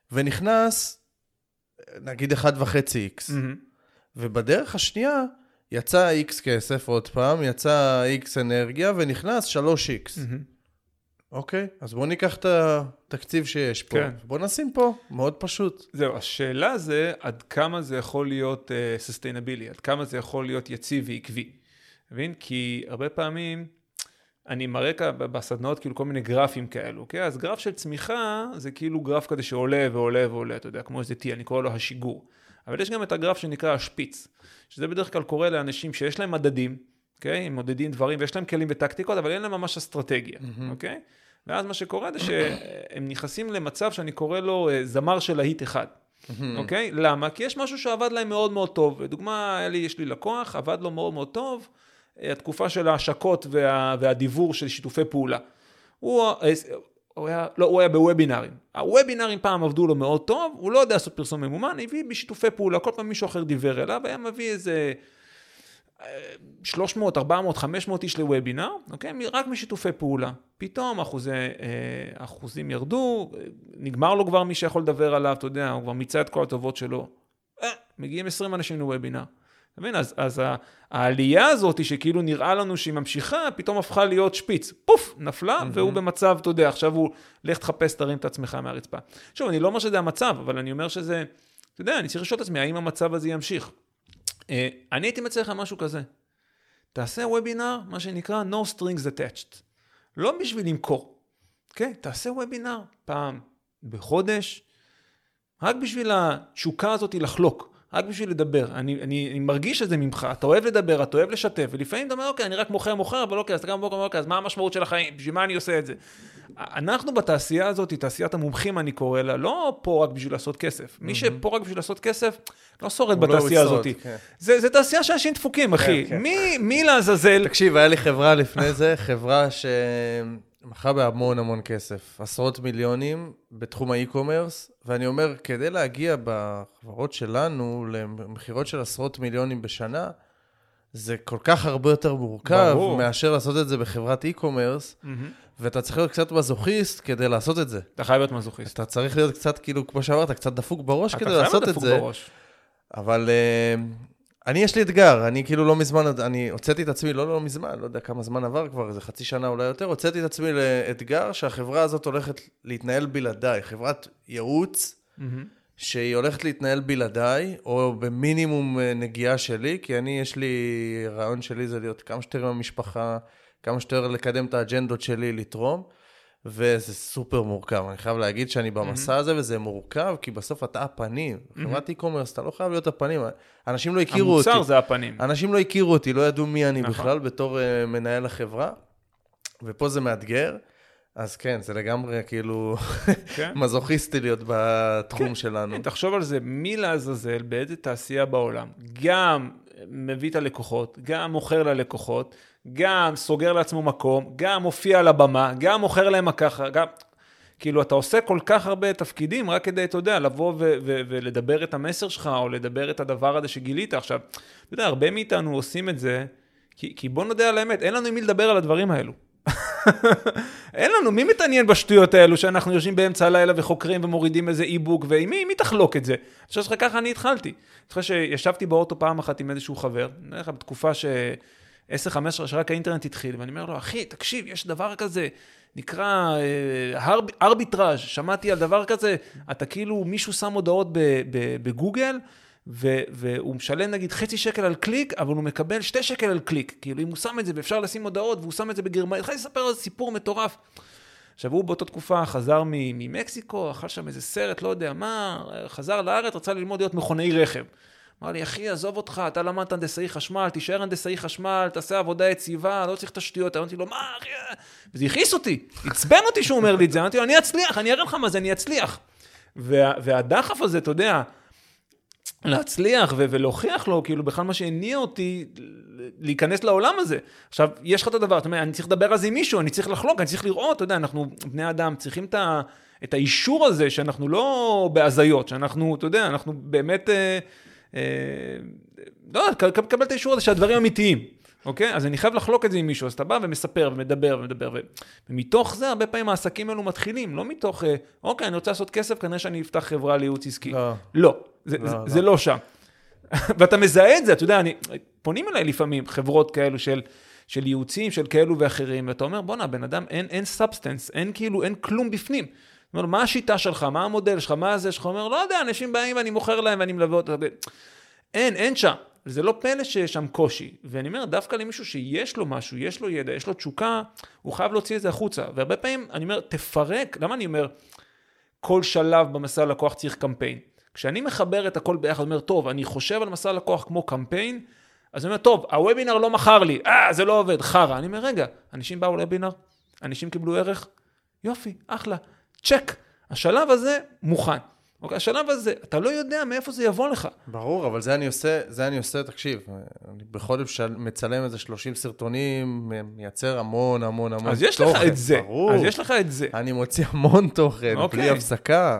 ונכנס, נגיד אחד וחצי X. Mm-hmm. ובדרך השנייה, יצא X כסף עוד פעם, יצא X אנרגיה, ונכנס שלוש איקס. Mm-hmm. אוקיי, אז בואו ניקח את התקציב שיש פה. כן. בואו נשים פה, מאוד פשוט. זהו, השאלה זה עד כמה זה יכול להיות uh, sustainability, עד כמה זה יכול להיות יציב ועקבי. מבין? כי הרבה פעמים אני מראה בסדנאות כאילו כל מיני גרפים כאלו, אוקיי? אז גרף של צמיחה זה כאילו גרף כזה שעולה ועולה ועולה, אתה יודע, כמו איזה טי, אני קורא לו השיגור. אבל יש גם את הגרף שנקרא השפיץ, שזה בדרך כלל קורה לאנשים שיש להם מדדים, אוקיי? הם מודדים דברים ויש להם כלים וטקטיקות, אבל אין להם ממש אסטרטגיה, אוקיי? ואז מה שקורה זה שהם נכנסים למצב שאני קורא לו זמר של להיט אחד, אוקיי? למה? כי יש משהו שעבד להם מאוד מאוד טוב. לדוגמה, יש לי לקוח, עבד לו מאוד מאוד טוב, התקופה של ההשקות וה, והדיבור של שיתופי פעולה. הוא, הוא היה, לא, הוא היה בוובינרים. הוובינרים פעם עבדו לו מאוד טוב, הוא לא יודע לעשות פרסום ממומן, הביא בשיתופי פעולה, כל פעם מישהו אחר דיבר אליו, היה מביא איזה שלוש מאות, ארבע מאות, חמש מאות איש לוובינר, אוקיי? רק משיתופי פעולה. פתאום אחוזי, אחוזים ירדו, נגמר לו כבר מי שיכול לדבר עליו, אתה יודע, הוא כבר מיצה את כל הטובות שלו. אה, מגיעים עשרים אנשים לוובינר. אתה מבין? אז, אז העלייה הזאת שכאילו נראה לנו שהיא ממשיכה, פתאום הפכה להיות שפיץ. פוף, נפלה, mm-hmm. והוא במצב, אתה יודע, עכשיו הוא לך תחפש, תרים את עצמך מהרצפה. שוב, אני לא אומר שזה המצב, אבל אני אומר שזה, אתה יודע, אני צריך לשאול את עצמי, האם המצב הזה ימשיך? אני הייתי מציע לך משהו כזה. תעשה וובינר, מה שנקרא no strings attached. לא בשביל למכור. אוקיי? תעשה וובינר פעם בחודש, רק בשביל התשוקה הזאת לחלוק. רק בשביל לדבר. אני, אני, אני מרגיש את זה ממך. אתה אוהב לדבר, אתה אוהב לשתף, ולפעמים אתה אומר, אוקיי, אני רק מוכר, מוכר, אבל אוקיי, אז אתה גם בוקר, אוקיי, אז מה המשמעות של החיים? בשביל מה אני עושה את זה? אנחנו בתעשייה הזאת, תעשיית המומחים אני קורא לה, לא פה רק בשביל לעשות כסף. מי שפה רק בשביל לעשות כסף, לא שורד בתעשייה הזאת. זה תעשייה שאנשים דפוקים, אחי. מי לעזאזל? תקשיב, היה לי חברה לפני זה, חברה שמכרה בהמון המון כסף, עשרות מיליונים בתחום האי-קומרס, ואני אומר, כדי להגיע בחברות שלנו למחירות של עשרות מיליונים בשנה, זה כל כך הרבה יותר מורכב מאשר לעשות את זה בחברת אי-קומרס, ואתה צריך להיות קצת מזוכיסט כדי לעשות את זה. אתה חייב להיות מזוכיסט. אתה צריך להיות קצת, כאילו, כמו שאמרת, קצת דפוק בראש כדי לעשות את זה. אתה חייב להיות דפוק בראש. אבל אני, יש לי אתגר, אני כאילו לא מזמן, אני הוצאתי את עצמי, לא לא מזמן, לא יודע כמה זמן עבר כבר, איזה חצי שנה אולי יותר, הוצאתי את עצמי לאתגר שהחברה הזאת הולכת להתנהל בלעדיי, חברת ייעוץ, שהיא הולכת להתנהל בלעדיי, או במינימום נגיעה שלי, כי אני, יש לי, רעיון שלי זה להיות כמה שיותר עם המשפחה, כמה שיותר לקדם את האג'נדות שלי, לתרום, וזה סופר מורכב. אני חייב להגיד שאני במסע הזה, וזה מורכב, כי בסוף אתה הפנים. חברת אי-קומרס, אתה לא חייב להיות הפנים. אנשים לא הכירו אותי. המוצר זה הפנים. אנשים לא הכירו אותי, לא ידעו מי אני בכלל, בתור מנהל החברה, ופה זה מאתגר. אז כן, זה לגמרי כאילו מזוכיסטי להיות בתחום שלנו. תחשוב על זה, מי לעזאזל, באיזה תעשייה בעולם, גם מביא את הלקוחות, גם מוכר ללקוחות, גם סוגר לעצמו מקום, גם מופיע על הבמה, גם מוכר להם ככה, גם... כאילו, אתה עושה כל כך הרבה תפקידים, רק כדי, אתה יודע, לבוא ו- ו- ולדבר את המסר שלך, או לדבר את הדבר הזה שגילית. עכשיו, אתה יודע, הרבה מאיתנו עושים את זה, כי, כי בוא נדע על האמת, אין לנו עם מי לדבר על הדברים האלו. אין לנו, מי מתעניין בשטויות האלו, שאנחנו יושבים באמצע הלילה וחוקרים ומורידים איזה אי-בוק, ומי מי תחלוק את זה? אני חושב שככה אני התחלתי. אני חושב שישבתי באוטו פעם אחת עם איזשהו חבר, בתקופה ש... עשר חמש עשרה שרק האינטרנט התחיל, ואני אומר לו, אחי, תקשיב, יש דבר כזה, נקרא ארביטראז', שמעתי על דבר כזה, אתה כאילו, מישהו שם הודעות בגוגל, והוא משלם נגיד חצי שקל על קליק, אבל הוא מקבל שתי שקל על קליק, כאילו אם הוא שם את זה ואפשר לשים הודעות, והוא שם את זה בגרמניה, התחיל לספר על סיפור מטורף. עכשיו הוא באותה תקופה חזר ממקסיקו, אכל שם איזה סרט, לא יודע מה, חזר לארץ, רצה ללמוד להיות מכוני רכב. אמר לי, אחי, עזוב אותך, אתה למדת הנדסאי חשמל, תישאר הנדסאי חשמל, תעשה עבודה יציבה, לא צריך תשתיות. אמרתי לו, מה, אחי? וזה הכעיס אותי, עצבן אותי שהוא אומר לי את זה. אמרתי לו, אני אצליח, אני אראה לך מה זה, אני אצליח. וה, והדחף הזה, אתה יודע, להצליח ו- ולהוכיח לו, כאילו, בכלל מה שהניע אותי להיכנס לעולם הזה. עכשיו, יש לך את הדבר, אתה אומר, אני צריך לדבר על זה עם מישהו, אני צריך לחלוק, אני צריך לראות, אתה יודע, אנחנו, בני אדם, צריכים את ה... את האישור הזה, שאנחנו לא בהזיות, שאנחנו, אתה יודע, אנחנו באמת... לא, קבל את האישור הזה שהדברים אמיתיים, אוקיי? אז אני חייב לחלוק את זה עם מישהו, אז אתה בא ומספר ומדבר ומדבר, ומתוך זה הרבה פעמים העסקים האלו מתחילים, לא מתוך, אוקיי, אני רוצה לעשות כסף, כנראה שאני אפתח חברה לייעוץ עסקי. לא. לא, זה לא שם. ואתה מזהה את זה, אתה יודע, פונים אליי לפעמים חברות כאלו של של ייעוצים, של כאלו ואחרים, ואתה אומר, בוא נה, בן אדם, אין סאבסטנס, אין כאילו, אין כלום בפנים. אומר, מה השיטה שלך? מה המודל שלך? מה זה שלך? אומר, לא יודע, אנשים באים ואני מוכר להם ואני מלווה אותם. אין, אין שם. זה לא פלא שיש שם קושי. ואני אומר, דווקא למישהו שיש לו משהו, יש לו ידע, יש לו תשוקה, הוא חייב להוציא את זה החוצה. והרבה פעמים, אני אומר, תפרק. למה אני אומר, כל שלב במסע לקוח צריך קמפיין? כשאני מחבר את הכל ביחד, אומר, טוב, אני חושב על מסע לקוח כמו קמפיין, אז אני אומר, טוב, הוובינר לא מכר לי. אה, זה לא עובד, חרה. אני אומר, רגע, אנשים באו לוובינר, אנשים קיבלו ערך, יופי, אחלה. צ'ק, השלב הזה מוכן. אוקיי, השלב הזה, אתה לא יודע מאיפה זה יבוא לך. ברור, אבל זה אני עושה, זה אני עושה, תקשיב, אני בחודש מצלם איזה שלושים סרטונים, מייצר המון, המון, המון אז יש תוכן. לך את זה. ברור. אז יש לך את זה. אני מוציא המון תוכן, אוקיי. בלי הפסקה.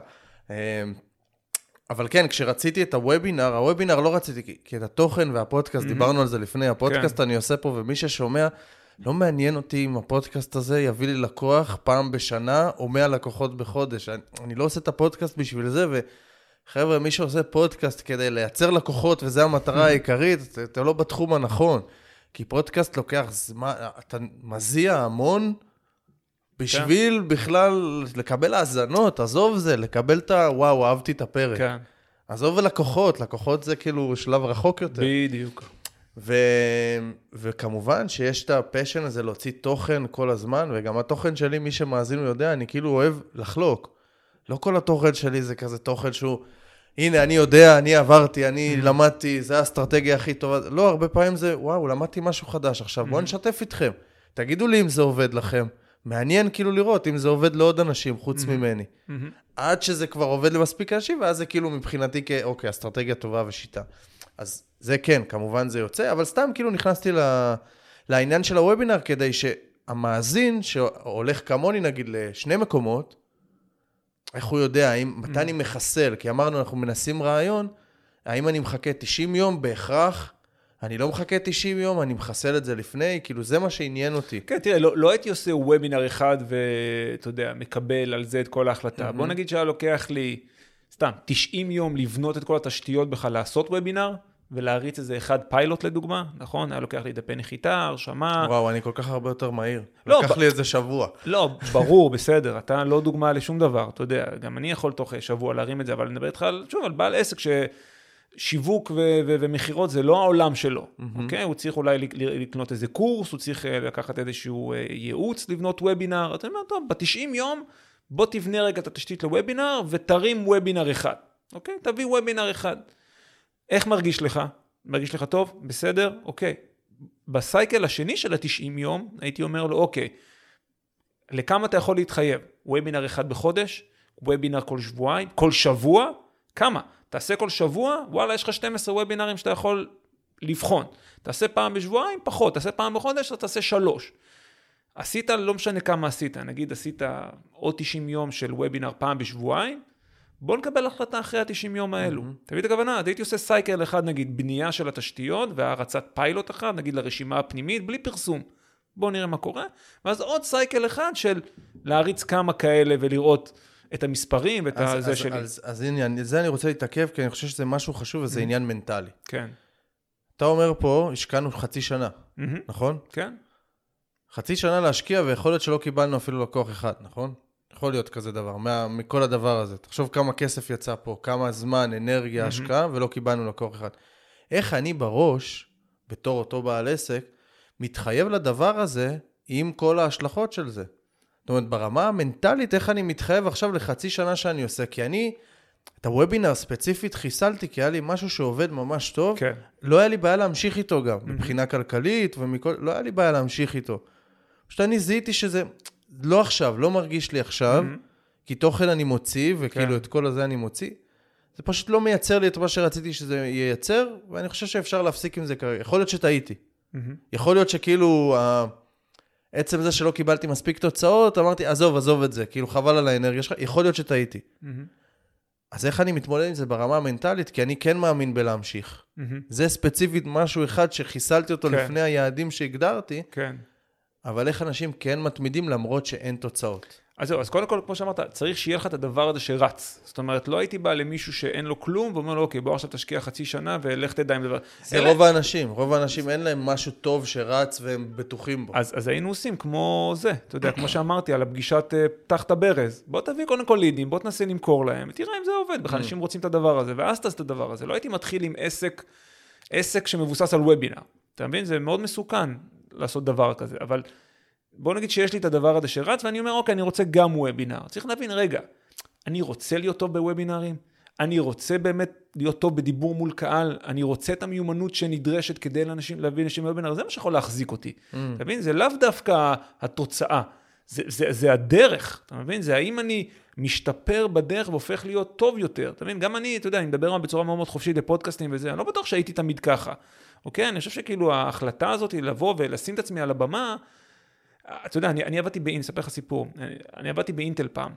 אבל כן, כשרציתי את הוובינר, הוובינר לא רציתי, כי את התוכן והפודקאסט, mm-hmm. דיברנו על זה לפני, הפודקאסט כן. אני עושה פה, ומי ששומע, לא מעניין אותי אם הפודקאסט הזה יביא לי לקוח פעם בשנה או מאה לקוחות בחודש. אני, אני לא עושה את הפודקאסט בשביל זה, וחבר'ה, מי שעושה פודקאסט כדי לייצר לקוחות, וזו המטרה העיקרית, אתה לא בתחום הנכון. כי פודקאסט לוקח זמן, אתה מזיע המון בשביל כן. בכלל לקבל האזנות, עזוב זה, לקבל את ה... וואו, אהבתי את הפרק. כן. עזוב לקוחות, לקוחות זה כאילו שלב רחוק יותר. בדיוק. ו... וכמובן שיש את הפשן הזה להוציא תוכן כל הזמן, וגם התוכן שלי, מי שמאזין הוא יודע, אני כאילו אוהב לחלוק. לא כל התוכן שלי זה כזה תוכן שהוא, הנה, אני יודע, אני עברתי, אני למדתי, זה האסטרטגיה הכי טובה. לא, הרבה פעמים זה, וואו, למדתי משהו חדש. עכשיו, בואו נשתף איתכם. תגידו לי אם זה עובד לכם. מעניין כאילו לראות אם זה עובד לעוד אנשים חוץ ממני. עד שזה כבר עובד למספיק אנשים, ואז זה כאילו מבחינתי כאוקיי, אסטרטגיה טובה ושיטה. אז זה כן, כמובן זה יוצא, אבל סתם כאילו נכנסתי לעניין של הוובינר, כדי שהמאזין שהולך כמוני נגיד לשני מקומות, איך הוא יודע, האם, מתי אני מחסל, כי אמרנו אנחנו מנסים רעיון, האם אני מחכה תשעים יום בהכרח, אני לא מחכה תשעים יום, אני מחסל את זה לפני, כאילו זה מה שעניין אותי. כן, תראה, לא, לא הייתי עושה וובינר אחד ואתה יודע, מקבל על זה את כל ההחלטה. בוא נגיד שהיה לוקח לי, סתם, תשעים יום לבנות את כל התשתיות בכלל לעשות וובינר, ולהריץ איזה אחד פיילוט לדוגמה, נכון? היה לוקח לי דפי נחיתה, הרשמה. וואו, אני כל כך הרבה יותר מהיר. לא, לקח ב... לי איזה שבוע. לא, ברור, בסדר. אתה לא דוגמה לשום דבר, אתה יודע. גם אני יכול תוך שבוע להרים את זה, אבל אני מדבר איתך, שוב, על בעל עסק ששיווק ו- ו- ומחירות זה לא העולם שלו, mm-hmm. אוקיי? הוא צריך אולי לקנות איזה קורס, הוא צריך לקחת איזשהו ייעוץ, לבנות וובינר. אתה אומר, טוב, ב-תשעים יום, בוא תבנה רגע את התשתית לוובינר, ותרים וובינר אחד. אוקיי? תביא וובינר אחד. איך מרגיש לך? מרגיש לך טוב? בסדר? אוקיי. בסייקל השני של ה-תשעים יום, הייתי אומר לו, אוקיי, לכמה אתה יכול להתחייב? וובינר אחד בחודש, וובינר כל שבועיים, כל שבוע, כמה? תעשה כל שבוע, וואלה, יש לך שנים עשר וובינרים שאתה יכול לבחון. תעשה פעם בשבועיים, פחות. תעשה פעם בחודש, אתה תעשה שלוש. עשית, לא משנה כמה עשית, נגיד עשית עוד תשעים יום של וובינר פעם בשבועיים, בוא נקבל החלטה אחרי ה-תשעים יום האלו. Mm-hmm. תביא את הכוונה, הייתי עושה סייקל אחד, נגיד, בנייה של התשתיות, והרצת פיילוט אחד, נגיד, לרשימה הפנימית, בלי פרסום. בוא נראה מה קורה. ואז עוד סייקל אחד של להריץ כמה כאלה, ולראות את המספרים, ואת אז, זה אז, שלי. אז, אז הנה, זה אני רוצה להתעכב, כי אני חושב שזה משהו חשוב, וזה mm-hmm. עניין מנטלי. כן. אתה אומר פה, השקענו חצי שנה. נכון? כן. חצי שנה להשקיע, ויכול להיות שלא קיבלנו אפילו לקוח אחד, נכון? יכול להיות כזה דבר, מה, מכל הדבר הזה. תחשוב כמה כסף יצא פה, כמה זמן, אנרגיה, השקעה, ולא קיבלנו לקוח אחד. איך אני בראש, בתור אותו בעל עסק, מתחייב לדבר הזה עם כל ההשלכות של זה? זאת אומרת, ברמה המנטלית, איך אני מתחייב עכשיו לחצי שנה שאני עושה? כי אני, את הוובינר ספציפית חיסלתי, כי היה לי משהו שעובד ממש טוב, כן. לא היה לי בעיה להמשיך איתו גם, מבחינה כלכלית, ומכל, לא היה לי בעיה להמשיך איתו. פשוט אני זיהיתי שזה לא עכשיו, לא מרגיש לי עכשיו, כי תוכן אני מוציא, וכאילו את כל הזה אני מוציא. זה פשוט לא מייצר לי את מה שרציתי שזה ייצר, ואני חושב שאפשר להפסיק עם זה כרגע. יכול להיות שטעיתי. יכול להיות שכאילו, עצם זה שלא קיבלתי מספיק תוצאות, אמרתי, עזוב, עזוב את זה, כאילו חבל על האנרגיה שלך, יכול להיות שטעיתי. אז איך אני מתמודד עם זה ברמה המנטלית? כי אני כן מאמין בלהמשיך. זה ספציפית משהו אחד שחיסלתי אותו לפני היעדים שהגדרתי, כן. אבל איך אנשים כן מתמידים למרות שאין תוצאות? אז זהו, אז קודם כל, כמו שאמרת, צריך שיהיה לך את הדבר הזה שרץ. זאת אומרת, לא הייתי בא למישהו שאין לו כלום, ואומר לו, אוקיי, בוא עכשיו תשקיע חצי שנה, ולך תדע עם דבר. זה אלה... רוב האנשים, רוב האנשים אין להם משהו טוב שרץ והם בטוחים בו. אז, אז היינו עושים כמו זה, אתה יודע, כמו שאמרתי, על הפגישת פתח את הברז. בוא תביא קודם כל לידים, בוא תנסה למכור להם, ותראה אם זה עובד, בכלל אנשים רוצים את הדבר הזה, ואז תעשה את הדבר הזה. לא הייתי מתחיל עם עסק, עסק שמבוסס על וובינר. אתה מבין? זה מאוד מסוכן לעשות דבר כזה, אבל בוא נגיד שיש לי את הדבר הזה שרץ, ואני אומר, אוקיי, אני רוצה גם וובינר. צריך להבין, רגע, אני רוצה להיות טוב בוובינרים? אני רוצה באמת להיות טוב בדיבור מול קהל? אני רוצה את המיומנות שנדרשת כדי לאנשים, להביא אנשים בוובינר? זה מה שיכול להחזיק אותי. Mm. אתה מבין? זה לאו דווקא התוצאה. זה, זה, זה הדרך. אתה מבין? זה האם אני משתפר בדרך והופך להיות טוב יותר. אתה מבין? גם אני, אתה יודע, אני מדבר בצורה מאוד מאוד חופשית בפודקאסטים וזה. אני לא בטוח שהייתי תמיד ככה. אוקיי? אני חושב שכאילו ההחלטה הזאת היא לבוא ולשים את עצמי על הבמה, אתה יודע, אני, אני עבדתי באינטל, אספר לך סיפור, אני, אני עבדתי באינטל פעם,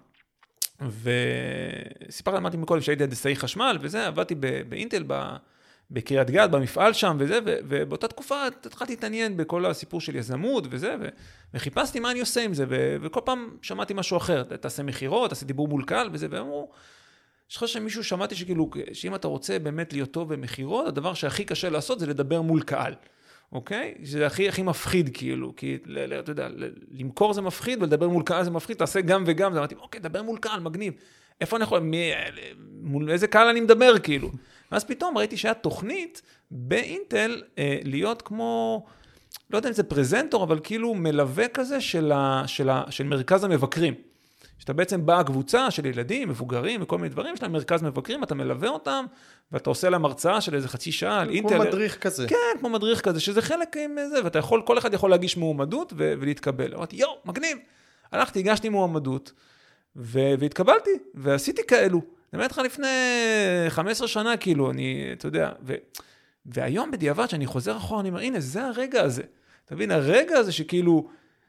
וסיפרתי, אמרתי מקודם שהייתי הנדסאי חשמל, וזה, עבדתי באינטל, בקריית גת, במפעל שם, וזה, ובאותה תקופה התחלתי להתעניין בכל הסיפור של יזמות, וזה, וחיפשתי מה אני עושה עם זה, וכל פעם שמעתי משהו אחר, תעשה מחירות, תעשה דיבור מול קהל, וזה, ואמרו, יש לך שמישהו שמעתי שכאילו, שאם אתה רוצה באמת להיות טוב במחירות, הדבר שהכי קשה לעשות זה לדבר מול קהל. אוקיי? זה הכי, הכי מפחיד, כאילו, כי, אתה יודע, למכור זה מפחיד, ולדבר מול קהל זה מפחיד, תעשה גם וגם, זה אמרתי, אוקיי, דבר מול קהל, מגניב. איפה אני יכול, מי, מול איזה קהל אני מדבר, כאילו? ואז פתאום ראיתי שהיה תוכנית באינטל, אה, להיות כמו, לא יודע אם זה פרזנטור, אבל כאילו מלווה כזה של, ה, של, ה, של מרכז המבקרים. שאתה בעצם באה קבוצה של ילדים, מבוגרים, וכל מיני דברים, יש להם מרכז מבקרים, אתה מלווה אותם, ואתה עושה להם הרצאה של איזה חצי שעה על אינטל. כמו מדריך כזה. כן, כמו מדריך כזה, שזה חלק עם זה, ואתה יכול, כל אחד יכול להגיש מועמדות ו- ולהתקבל. אמרתי, יו, מגניב. הלכתי, הגשתי מועמדות, ו- והתקבלתי, ועשיתי כאלו. אני אומר לך לפני חמש עשרה שנה, כאילו, אני, אתה יודע, ו- והיום בדיעבד, שאני חוזר אחורה, אני אומר, הנה, זה הרגע הזה. אתה מבין, הרגע הזה שכאילו,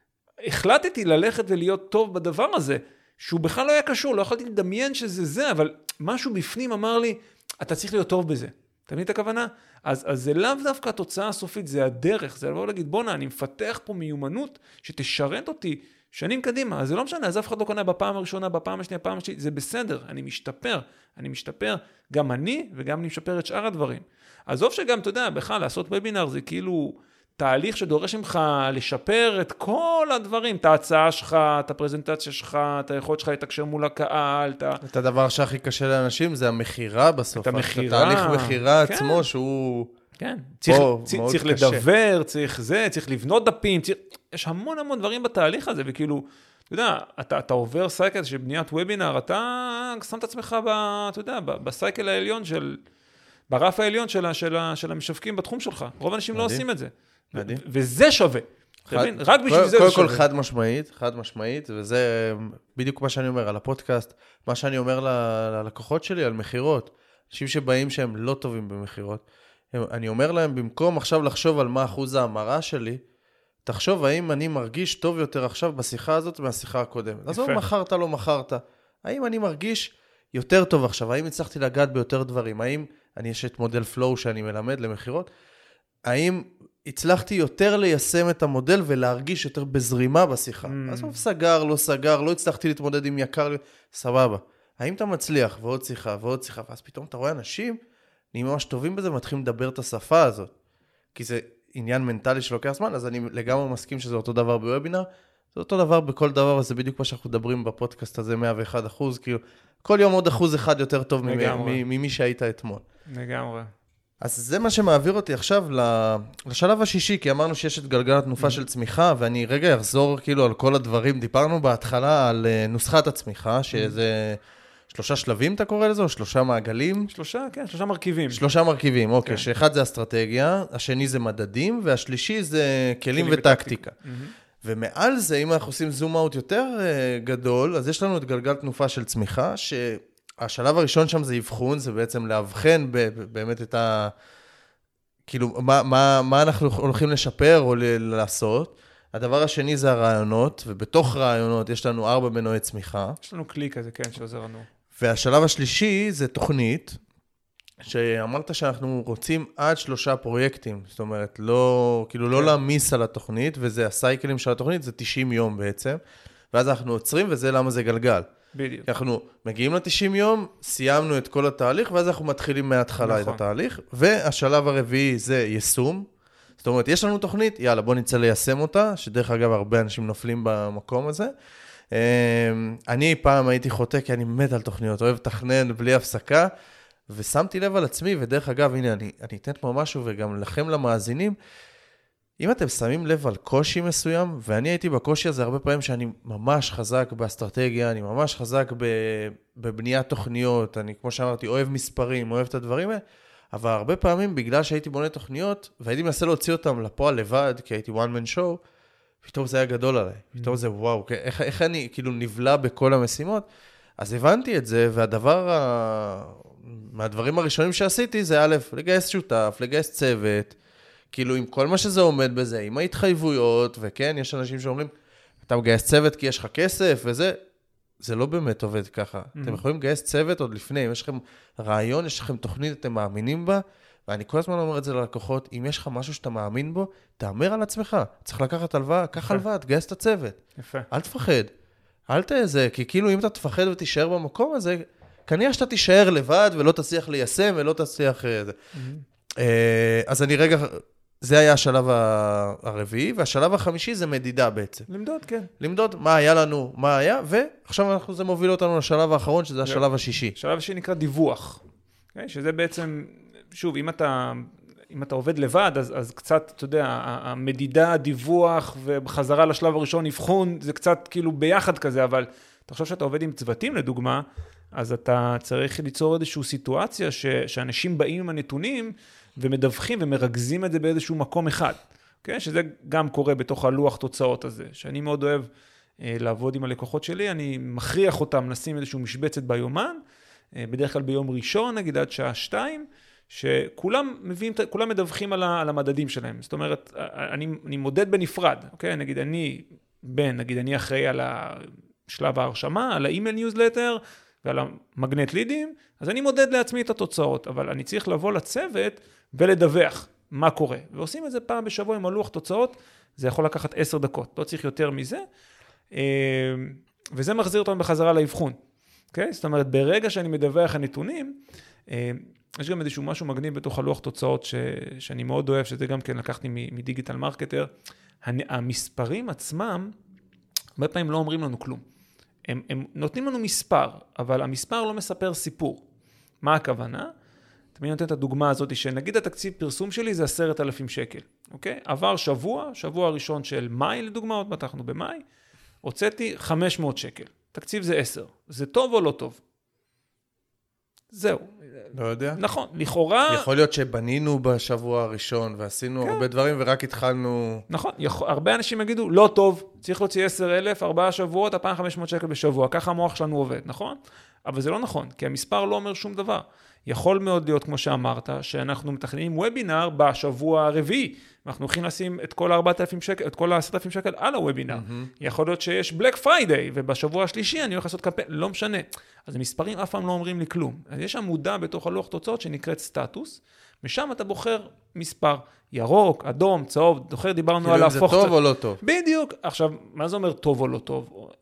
החלטתי ללכת ולהיות טוב בדבר הזה, שהוא בכלל לא היה קשור, לא יכולתי לדמיין שזה זה, אבל משהו בפנים אמר לי, אתה צריך להיות טוב בזה. אתה מבין את הכוונה? אז, אז זה לאו דווקא התוצאה הסופית, זה הדרך, זה לבוא להגיד, בונה, אני מפתח פה מיומנות שתשרת אותי שנים קדימה, אז זה לא משנה, אז אף אחד לא קונה בפעם הראשונה, בפעם השנייה, בפעם השנייה, זה בסדר, אני משתפר, אני משתפר, גם אני, וגם אני משפר את שאר הדברים. עזוב שגם, אתה יודע, בכלל, לעשות וובינר זה כאילו תהליך שדורש ממך לשפר את כל הדברים, את ההצעה שלך, את הפרזנטציה שלך, את היכולת שלך לתקשר מול הקהל, את ה... את הדבר שהכי קשה לאנשים זה המחירה בסוף. את המחירה. את התהליך מחירה כן. עצמו שהוא... כן, צריך, פה, צריך, מאוד צריך קשה. לדבר, צריך זה, צריך לבנות דפים, צריך... יש המון המון דברים בתהליך הזה, וכאילו, אתה יודע, אתה, אתה עובר סייקל של בניית וובינר, אתה שם את עצמך, ב, אתה יודע, בסייקל העליון של, ברף העליון של, של, של המשווקים בתחום שלך. רוב האנשים לא עושים את זה. מדהים. וזה שווה. חד, רק בשביל כל, זה כל זה שווה. כל חד משמעית, חד משמעית, וזה בדיוק מה שאני אומר על הפודקאסט, מה שאני אומר ל- ללקוחות שלי על מחירות, אנשים שבאים שהם לא טובים במחירות, אני אומר להם, במקום עכשיו לחשוב על מה אחוז ההמרה שלי, תחשוב האם אני מרגיש טוב יותר עכשיו בשיחה הזאת מהשיחה הקודמת. אז לא מחרת, לא מחרת. האם אני מרגיש יותר טוב עכשיו? האם הצלחתי לגעת ביותר דברים? האם אני יש את מודל פלואו שאני מלמד למחירות? האם הצלחתי יותר ליישם את המודל ולהרגיש יותר בזרימה בשיחה? Mm. אז הוא סגר, לא סגר, לא הצלחתי להתמודד עם יקר, סבבה. האם אתה מצליח ועוד שיחה ועוד שיחה, ואז פתאום אתה רואה אנשים, נהיים ממש טובים בזה, ומתחילים לדבר את השפה הזאת. כי זה עניין מנטלי שלוקח זמן, אז אני לגמרי מסכים שזה אותו דבר בוובינר, זה אותו דבר בכל דבר, וזה בדיוק מה שאנחנו מדברים בפודקאסט הזה, מאה ואחד אחוז, כאילו, כל יום עוד אחוז אחד יותר טוב ממי שהיית אתמול. לגמרי. אז זה מה שמעביר אותי עכשיו לשלב השישי, כי אמרנו שיש את גלגל התנופה של צמיחה, ואני רגע אחזור כאילו על כל הדברים. דיברנו בהתחלה על נוסחת הצמיחה, שזה שלושה שלבים, אתה קורא לזה, או שלושה מעגלים? שלושה, כן, שלושה מרכיבים. שלושה מרכיבים, אוקיי, שאחד זה אסטרטגיה, השני זה מדדים, והשלישי זה כלים וטקטיקה. ומעל זה, אם אנחנו עושים זום אאוט יותר גדול, אז יש לנו את גלגל תנופה של צמיחה, ש... השלב הראשון שם זה אבחון, זה בעצם להבחן באמת את ה... כאילו, מה, מה, מה אנחנו הולכים לשפר או לעשות. הדבר השני זה הרעיונות, ובתוך רעיונות יש לנו ארבע מנועי צמיחה. יש לנו כלי כזה, כן, שעוזר לנו. והשלב השלישי זה תוכנית, שאמרת שאנחנו רוצים עד שלושה פרויקטים, זאת אומרת, לא, כאילו, לא להמיס על התוכנית, וזה הסייקלים של התוכנית, זה תשעים יום בעצם, ואז אנחנו עוצרים, וזה למה זה גלגל. בדיוק. אנחנו מגיעים ל-תשעים יום, סיימנו את כל התהליך, ואז אנחנו מתחילים מההתחלה נכון. את התהליך, והשלב הרביעי זה יישום. זאת אומרת, יש לנו תוכנית, יאללה, בוא נצא ליישם אותה, שדרך אגב, הרבה אנשים נופלים במקום הזה. אני פעם הייתי חוטא, כי אני מת על תוכניות, אוהב תכנן בלי הפסקה, ושמתי לב על עצמי, ודרך אגב, הנה, אני, אני אתן פה משהו, וגם לכם למאזינים, אם אתם שמים לב על קושי מסוים, ואני הייתי בקושי הזה הרבה פעמים שאני ממש חזק באסטרטגיה, אני ממש חזק בבניית תוכניות, אני כמו שאמרתי, אוהב מספרים, אוהב את הדברים האלה, אבל הרבה פעמים בגלל שהייתי בונה תוכניות, והייתי מנסה להוציא אותם לפועל לבד, כי הייתי one man show, פתאום זה היה גדול עליי, פתאום זה וואו, איך, איך אני כאילו נבלה בכל המשימות, אז הבנתי את זה, והדבר, ה... מהדברים הראשונים שעשיתי זה א', לגייס שותף, לגייס צוות, כאילו עם כל מה שזה עומד בזה, עם ההתחייבויות, וכן, יש אנשים שאומרים, אתה מגייס צוות כי יש לך כסף, וזה, זה לא באמת עובד ככה. Mm-hmm. אתם יכולים לגייס צוות עוד לפני, אם יש לכם רעיון, יש לכם תוכנית, אתם מאמינים בה, ואני כל הזמן אומר את זה ללקוחות, אם יש לך משהו שאתה מאמין בו, תאמר על עצמך, צריך לקחת הלוואה, קח הלוואה, תגייס את הצוות. יפה. אל תפחד, אל תזה, כי כאילו אם אתה תפחד ותישאר במקום הזה, כנראה שאתה תישאר לבד ולא תצליח ליישם ולא תצליח... Mm-hmm. אז אני רגע... זה היה השלב הרביעי, והשלב החמישי זה מדידה בעצם. למדוד, כן. למדוד מה היה לנו, מה היה, ועכשיו אנחנו, זה מוביל אותנו לשלב האחרון, שזה השלב השישי. השלב השישי נקרא דיווח. שזה בעצם, שוב, אם אתה, אם אתה עובד לבד, אז, אז קצת, אתה יודע, המדידה, הדיווח, ובחזרה לשלב הראשון, אבחון, זה קצת כאילו ביחד כזה, אבל תחשוב שאתה עובד עם צוותים, לדוגמה, אז אתה צריך ליצור איזושהי סיטואציה, ש, שאנשים באים עם הנתונים, ומדווחים ומרכזים את זה באיזשהו מקום אחד. Okay? שזה גם קורה בתוך הלוח תוצאות הזה, שאני מאוד אוהב אה, לעבוד עם הלקוחות שלי, אני מכריח אותם לשים איזשהו משבצת ביומן, אה, בדרך כלל ביום ראשון, נגיד עד שעה שתיים, שכולם מביאים, כולם מדווחים על, ה, על המדדים שלהם. זאת אומרת, אני, אני מודד בנפרד, okay? נגיד אני, בין, נגיד אני אחראי על שלב ההרשמה, על האימייל ניוזלטר, ועל המגנט לידים, אז אני מודד לעצמי את התוצאות, אבל אני צריך לבוא לצוות ולדווח מה קורה. ועושים את זה פעם בשבוע עם הלוח תוצאות, זה יכול לקחת עשר דקות, לא צריך יותר מזה, וזה מחזיר אותנו בחזרה לאבחון. Okay? זאת אומרת, ברגע שאני מדווח הנתונים, יש גם איזשהו משהו מגניב בתוך הלוח תוצאות, ש... שאני מאוד אוהב, שזה גם כן לקחתי מדיגיטל מרקטר, המספרים עצמם, הרבה פעמים לא אומרים לנו כלום. הם, הם נותנים לנו מספר, אבל המספר לא מספר סיפור. מה הכוונה? תמיד נותן את הדוגמה הזאת, שנגיד התקציב פרסום שלי זה עשרת אלפים שקל, אוקיי? עבר שבוע, שבוע הראשון של מאי לדוגמה, עוד מתחנו במאי, הוצאתי חמש מאות שקל. תקציב זה עשר. זה טוב או לא טוב? זהו. לא יודע. נכון, לכאורה... יכול להיות שבנינו בשבוע הראשון, ועשינו כן. הרבה דברים, ורק התחלנו... נכון, יכול... הרבה אנשים יגידו, לא טוב, צריך להוציא עשרת אלפים, ארבעה שבועות, אלפיים וחמש מאות שקל בשבוע, ככה המוח שלנו עובד, נכון? אבל זה לא נכון, כי המספר לא אומר שום דבר. יכול מאוד להיות, כמו שאמרת, שאנחנו מתכננים וובינר בשבוע הרביעי, אנחנו הולכים לשים את כל ארבעת אלפים שקל, את כל עשרת אלפים שקל על הוובינר. Mm-hmm. יכול להיות שיש בלק פריידיי, ובשבוע השלישי אני הולך לעשות קמפיין, לא משנה. אז המספרים אף פעם לא אומרים לי כלום. אז יש עמודה בתוך הלוח תוצאות שנקראת סטטוס, ושם אתה בוחר מספר ירוק, אדום, צהוב, זוכר, דיברנו על להפוך... אם זה טוב או לא טוב. בדיוק. עכשיו, מה זה אומר טוב או לא טוב?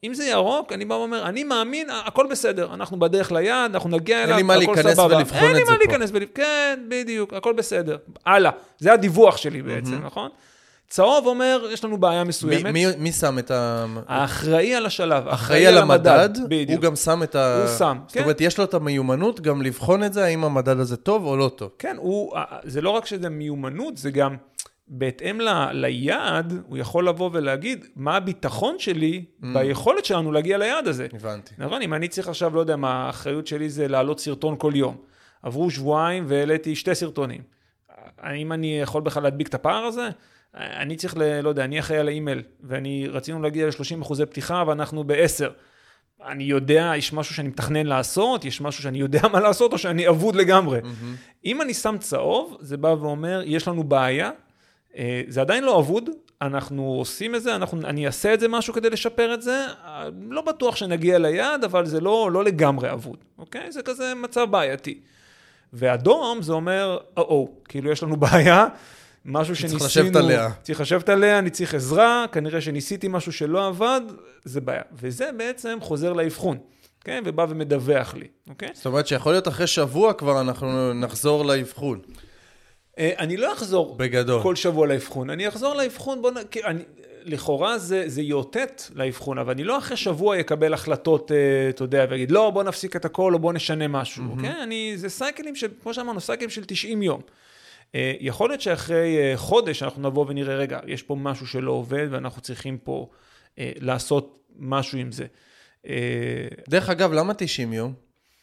אם זה ירוק, אני בא ואומר, אני מאמין, הכל בסדר, אנחנו בדרך ליד, אנחנו נגיע אליו, אין לי מה להיכנס ולבחון את זה פה. אין לי מה להיכנס ולבחון, כן, בדיוק, הכל בסדר. הלאה, זה הדיווח שלי בעצם, נכון? צהוב אומר, יש לנו בעיה מסוימת. מי, מי שם את ה... האחראי על השלב. האחראי על המדד, בדיוק. הוא גם שם את ה... הוא שם, זאת אומרת, יש לו את המיומנות גם לבחון את זה, האם המדד הזה טוב או לא טוב. כן, הוא, זה לא רק שזה מיומנות, זה גם בהתאם ל, ליעד, הוא יכול לבוא ולהגיד, מה הביטחון שלי mm. ביכולת שלנו להגיע ליעד הזה. הבנתי. נכון? אם אני צריך עכשיו, לא יודע מה, האחריות שלי זה להעלות סרטון כל יום. עברו שבועיים והעליתי שתי סרטונים. האם אני יכול בכלל להדביק את הפער הזה? אני צריך, ל, לא יודע, אני אחראי על האימייל, ואני רצינו להגיע ל-שלושים אחוזי פתיחה, ואנחנו ב-עשר. אני יודע, יש משהו שאני מתכנן לעשות, יש משהו שאני יודע מה לעשות, או שאני אבוד לגמרי. Mm-hmm. אם אני שם צהוב, זה בא ואומר, יש לנו בעיה, זה עדיין לא אבוד, אנחנו עושים את זה, אנחנו, אני אעשה את זה משהו כדי לשפר את זה, לא בטוח שנגיע ליעד, אבל זה לא, לא לגמרי אבוד, אוקיי? זה כזה מצב בעייתי. ואדום זה אומר, או, כאילו יש לנו בעיה, משהו שניסינו... צריך לשבת עליה. צריך לשבת עליה, אני צריך עזרה, כנראה שניסיתי משהו שלא עבד, זה בעיה. וזה בעצם חוזר לאבחון, אוקיי? ובא ומדווח לי, אוקיי? זאת אומרת שיכול להיות אחרי שבוע כבר אנחנו נחזור לאבחון. אני לא אחזור בגדול. כל שבוע לאבחון, אני אחזור לאבחון, בוא נ... אני... לכאורה זה, זה יוטט לאבחון, אבל אני לא אחרי שבוע יקבל החלטות, אתה יודע, ויגיד, לא, בוא נפסיק את הכל, או בוא נשנה משהו, אוקיי? אני... זה סייקלים של, כמו שאמרנו, סייקלים של תשעים יום. יכול להיות שאחרי חודש אנחנו נבוא ונראה, רגע, יש פה משהו שלא עובד, ואנחנו צריכים פה לעשות משהו עם זה. דרך אגב, למה תשעים יום?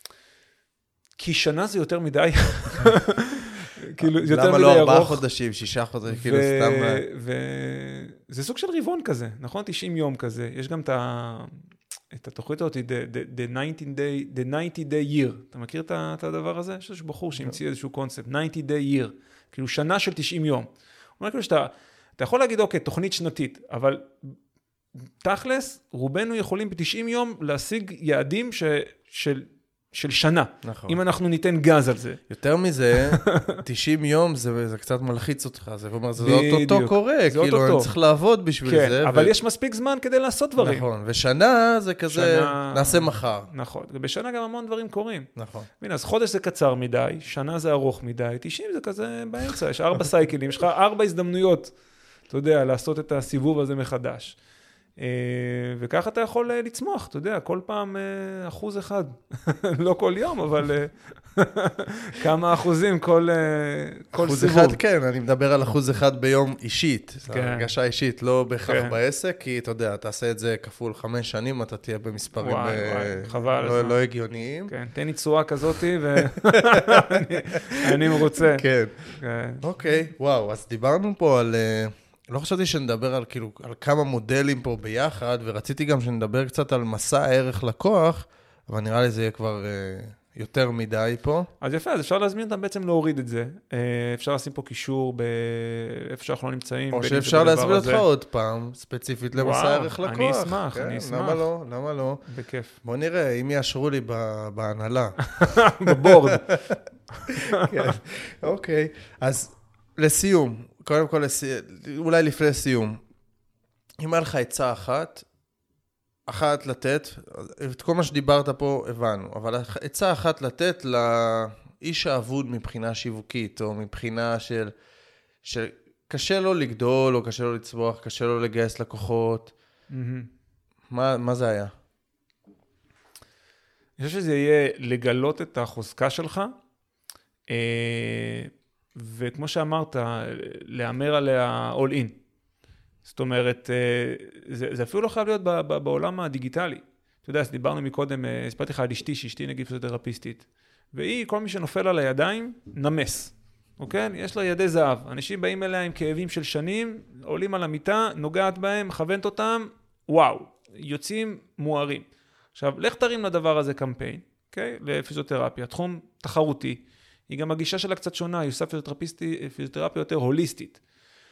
כי שנה זה יותר מדי. כאילו, למה לא ארבעה חודשים, שישה חודשים, כאילו סתם... זה סוג של רבעון כזה, נכון? תשעים יום כזה. יש גם את התוכנית הזאת, the ninety day year. אתה מכיר את הדבר הזה? יש איזשהו בחור שהמציא איזשהו קונספט, ninety day year. כאילו שנה של תשעים יום. הוא אומר כאילו שאתה, אתה יכול להגיד, אוקיי, תוכנית שנתית, אבל תכלס, רובנו יכולים ב-תשעים יום להשיג יעדים ש, של, של שנה. נכון. אם אנחנו ניתן גז על זה. יותר מזה, תשעים יום זה, זה קצת מלחיץ אותך. זה אומר, זה אוטוטו קורה, כאילו, אני צריך לעבוד בשביל כן, זה. אבל ו... יש מספיק זמן כדי לעשות דברים. נכון, ושנה זה כזה, שנה... נעשה מחר. נכון, ובשנה גם המון דברים קורים. נכון. הנה, אז חודש זה קצר מדי, שנה זה ארוך מדי, תשעים זה כזה באמצע, יש ארבע סייקלים, יש לך ארבע הזדמנויות, אתה יודע, לעשות את הסיבוב הזה מחדש. וככה אתה יכול לצמוח, אתה יודע, כל פעם אחוז אחד, לא כל יום, אבל כמה אחוזים כל סיבוב. אחוז אחד, כן, אני מדבר על אחוז אחד ביום אישית, הרגשה אישית, לא בהכרח בעסק, כי אתה יודע, תעשה את זה כפול חמש שנים, אתה תהיה במספרים לא הגיוניים. כן, תן לי צורה כזאת, ואני מרוצה. כן, אוקיי, וואו, אז דיברנו פה על... לא חשבתי שנדבר על, כאילו, על כמה מודלים פה ביחד, ורציתי גם שנדבר קצת על מסע הערך לקוח, אבל נראה לי זה יהיה כבר אה, יותר מדי פה. אז יפה, אז אפשר להזמין אותם בעצם להוריד את זה. אה, אפשר לשים פה קישור באיפה שאנחנו לא נמצאים. או שאפשר להזמין אותך עוד פעם, ספציפית למסע הערך לקוח. אני אשמח, כן, אני אשמח. למה לא? למה לא? בכיף. בוא נראה, אם יאשרו לי בהנהלה. בבורד. כן, אוקיי. אז לסיום, קודם כל, אולי לפני סיום, אם היה לך עצה אחת, אחת לתת, את כל מה שדיברת פה הבנו, אבל עצה אחת לתת לאיש האבוד מבחינה שיווקית, או מבחינה של, שקשה לו לגדול, או קשה לו לצבוח, קשה לו לגייס לקוחות, mm-hmm. מה, מה זה היה? אני חושב שזה יהיה לגלות את החוזקה שלך, אה... וכמו שאמרת, לאמר עליה all in. זאת אומרת, זה, זה אפילו לא חייב להיות ב, ב, בעולם הדיגיטלי. אתה יודע, דיברנו מקודם, הספרתי לך על אשתי, שאשתי נגיד פיזיותרפיסטית. והיא, כל מי שנופל על הידיים, נמס. אוקיי? יש לה ידי זהב. אנשים באים אליה עם כאבים של שנים, עולים על המיטה, נוגעת בהם, מכוונת אותם, וואו, יוצאים מוארים. עכשיו, לך תרים לדבר הזה קמפיין, אוקיי? לפיזיותרפיה, תחום תחרותי. היא גם הגישה שלה קצת שונה, היא עושה פיזיותרפיה יותר הוליסטית.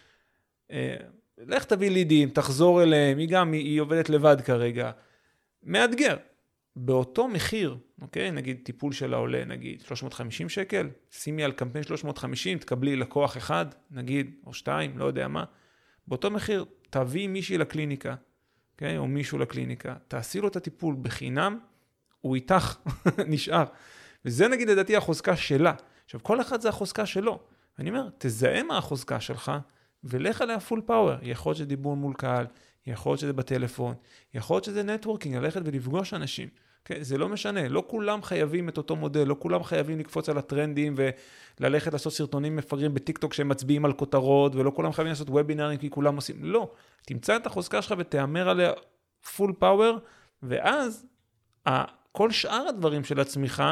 לך תביא לידים, תחזור אליהם, היא גם, היא עובדת לבד כרגע. מאתגר. באותו מחיר, אוקיי? נגיד טיפול שלה עולה, נגיד שלוש מאות וחמישים שקל, שימי על קמפיין שלוש מאות וחמישים, תקבלי לקוח אחד, נגיד, או שתיים, לא יודע מה. באותו מחיר, תביא מישהי לקליניקה, okay? או מישהו לקליניקה, תעשי לו את הטיפול בחינם, הוא איתך, נשאר. וזה נגיד לדעתי החוזקה שלה. עכשיו, כל אחד זה החוזקה שלו. אני אומר, תזהה מה החוזקה שלך, ולך עליה פול פאוור. יכול להיות שזה דיבור מול קהל, יכול להיות שזה בטלפון, יכול להיות שזה נטוורקינג, ללכת ולפגוש אנשים. Okay? זה לא משנה, לא כולם חייבים את אותו מודל, לא כולם חייבים לקפוץ על הטרנדים וללכת לעשות סרטונים מפגרים בטיקטוק שהם מצביעים על כותרות, ולא כולם חייבים לעשות וובינרים כי כולם עושים. לא, תמצא את החוזקה שלך ותאמר עליה פול פאוור, ואז כל שאר הדברים של הצמיחה,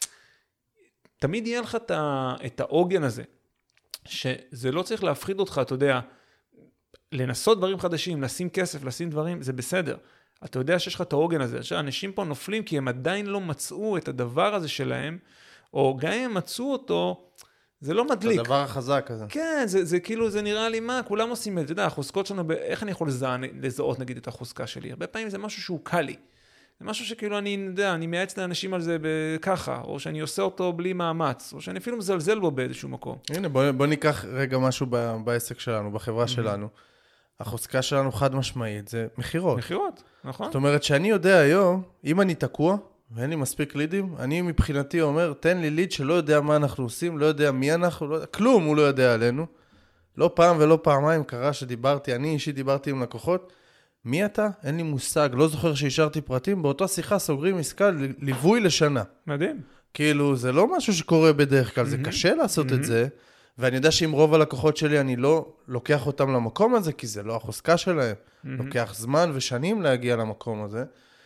תמיד יהיה לך את העוגן הזה, שזה לא צריך להפחיד אותך, אתה יודע, לנסות דברים חדשים, לשים כסף, לשים דברים, זה בסדר. אתה יודע שיש לך את העוגן הזה, שאנשים פה נופלים כי הם עדיין לא מצאו את הדבר הזה שלהם, או גם אם הם מצאו אותו, זה לא מדליק. הדבר החזק הזה. כן, זה, זה כאילו, זה נראה לי מה, כולם עושים את זה, אתה יודע, החוזקות שלנו, איך אני יכול לזהות, לזהות נגיד את החוזקה שלי? הרבה פעמים זה משהו שהוא קל לי. זה משהו שכאילו אני יודע, אני מייעץ לאנשים על זה ככה, או שאני עושה אותו בלי מאמץ, או שאני אפילו מזלזל בו באיזשהו מקום. הנה, בוא, בוא ניקח רגע משהו ב, בעסק שלנו, בחברה שלנו. החוזקה שלנו חד משמעית, זה מחירות. מחירות, נכון. זאת אומרת שאני יודע היום, אם אני תקוע, ואין לי מספיק לידים, אני מבחינתי אומר, תן לי ליד שלא יודע מה אנחנו עושים, לא יודע מי אנחנו, לא יודע, כלום הוא לא יודע עלינו. לא פעם ולא פעמיים קרה שדיברתי, אני אישית דיברתי עם לקוחות, מי אתה? אין לי מושג, לא זוכר שהשארתי פרטים, באותה שיחה סוגרים עסקה ליווי לשנה. מדהים. כאילו, זה לא משהו שקורה בדרך כלל, זה קשה לעשות את זה, ואני יודע שעם רוב הלקוחות שלי אני לא לוקח אותם למקום הזה, כי זה לא החוזקה שלהם. לוקח זמן ושנים להגיע למקום הזה,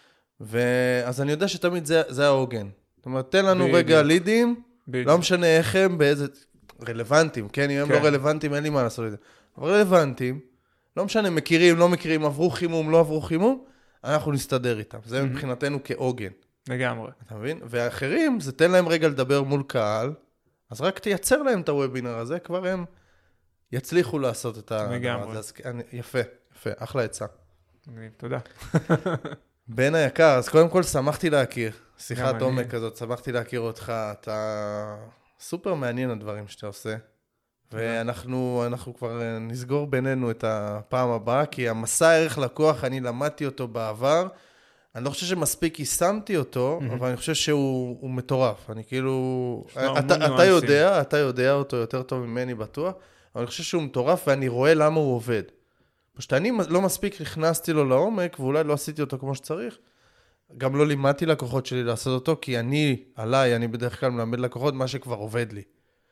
ואז אני יודע שתמיד זה, זה העוגן. זאת אומרת, תן לנו רגע לידים, לא משנה איך הם, באיזה רלוונטיים, כן? אם הם לא רלוונטיים, אין לי מה לעשות את זה. אבל רלוונטיים, לא משנה, מכירים, לא מכירים, עברו חימום, לא עברו חימום, אנחנו נסתדר איתם. זה מבחינתנו כעוגן. לגמרי. אתה מבין? והאחרים, זה תן להם רגע לדבר מול קהל, אז רק תייצר להם את הוובינר הזה, כבר הם יצליחו לעשות את ה... לגמרי. אז, יפה, יפה, אחלה עצה. תודה. בן היקר, אז קודם כל שמחתי להכיר, שיחת עומק כזאת, שמחתי להכיר אותך, אתה סופר מעניין הדברים שאתה עושה, ואנחנו אנחנו כבר נסגור בינינו את הפעם הבאה, כי המסע ערך לקוח, אני למדתי אותו בעבר, אני לא חושב שמספיק יישמתי אותו, mm-hmm. אבל אני חושב שהוא מטורף. אני כאילו... אתה, אתה יודע, אתה יודע אותו יותר טוב ממני בטוח, אבל אני חושב שהוא מטורף ואני רואה למה הוא עובד. פשוט אני לא מספיק נכנסתי לו לעומק, ואולי לא עשיתי אותו כמו שצריך. גם לא לימדתי לקוחות שלי לעשות אותו, כי אני, עליי, אני בדרך כלל מלמד לקוחות מה שכבר עובד לי.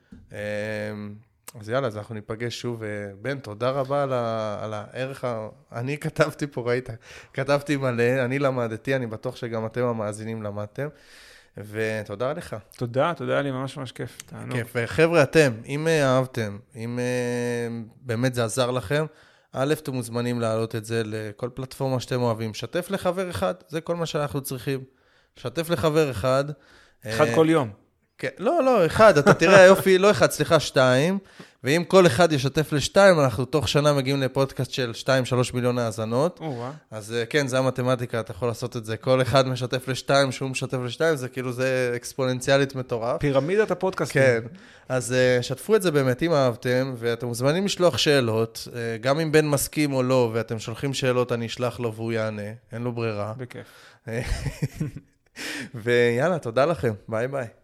אז יאללה, אז אנחנו ניפגש שוב. בן, תודה רבה על, ה, על הערך. ה... אני כתבתי פה, ראית? כתבתי מלא, אני למדתי, אני בטוח שגם אתם המאזינים למדתם, ותודה לך. תודה, תודה לי, ממש ממש כיף. כיף, וחבר'ה, אתם, אם אהבתם, אם באמת זה עזר לכם, א', אתם מוזמנים להעלות את זה לכל פלטפורמה שאתם אוהבים. שתף לחבר אחד, זה כל מה שאנחנו צריכים. שתף לחבר אחד. אחד כל יום. כן, לא, לא, אחד, אתה תראה היופי, לא אחד, סליחה, שתיים, ואם כל אחד ישתף לשתיים, אנחנו תוך שנה מגיעים לפודקאסט של שתיים, שלוש מיליון האזנות, אז כן, זה המתמטיקה, אתה יכול לעשות את זה, כל אחד משתף לשתיים, שהוא משתף לשתיים, זה כאילו, זה אקספוננציאלית מטורף. פירמידת הפודקאסט. כן, אז שתפו את זה באמת, אם אהבתם, ואתם מוזמנים לשלוח שאלות, גם אם בן מסכים או לא, ואתם שולחים שאלות, אני אשלח לו והוא יענה, אין לו ברירה. בכיף. ויאללה, תודה לכם, ביי ביי.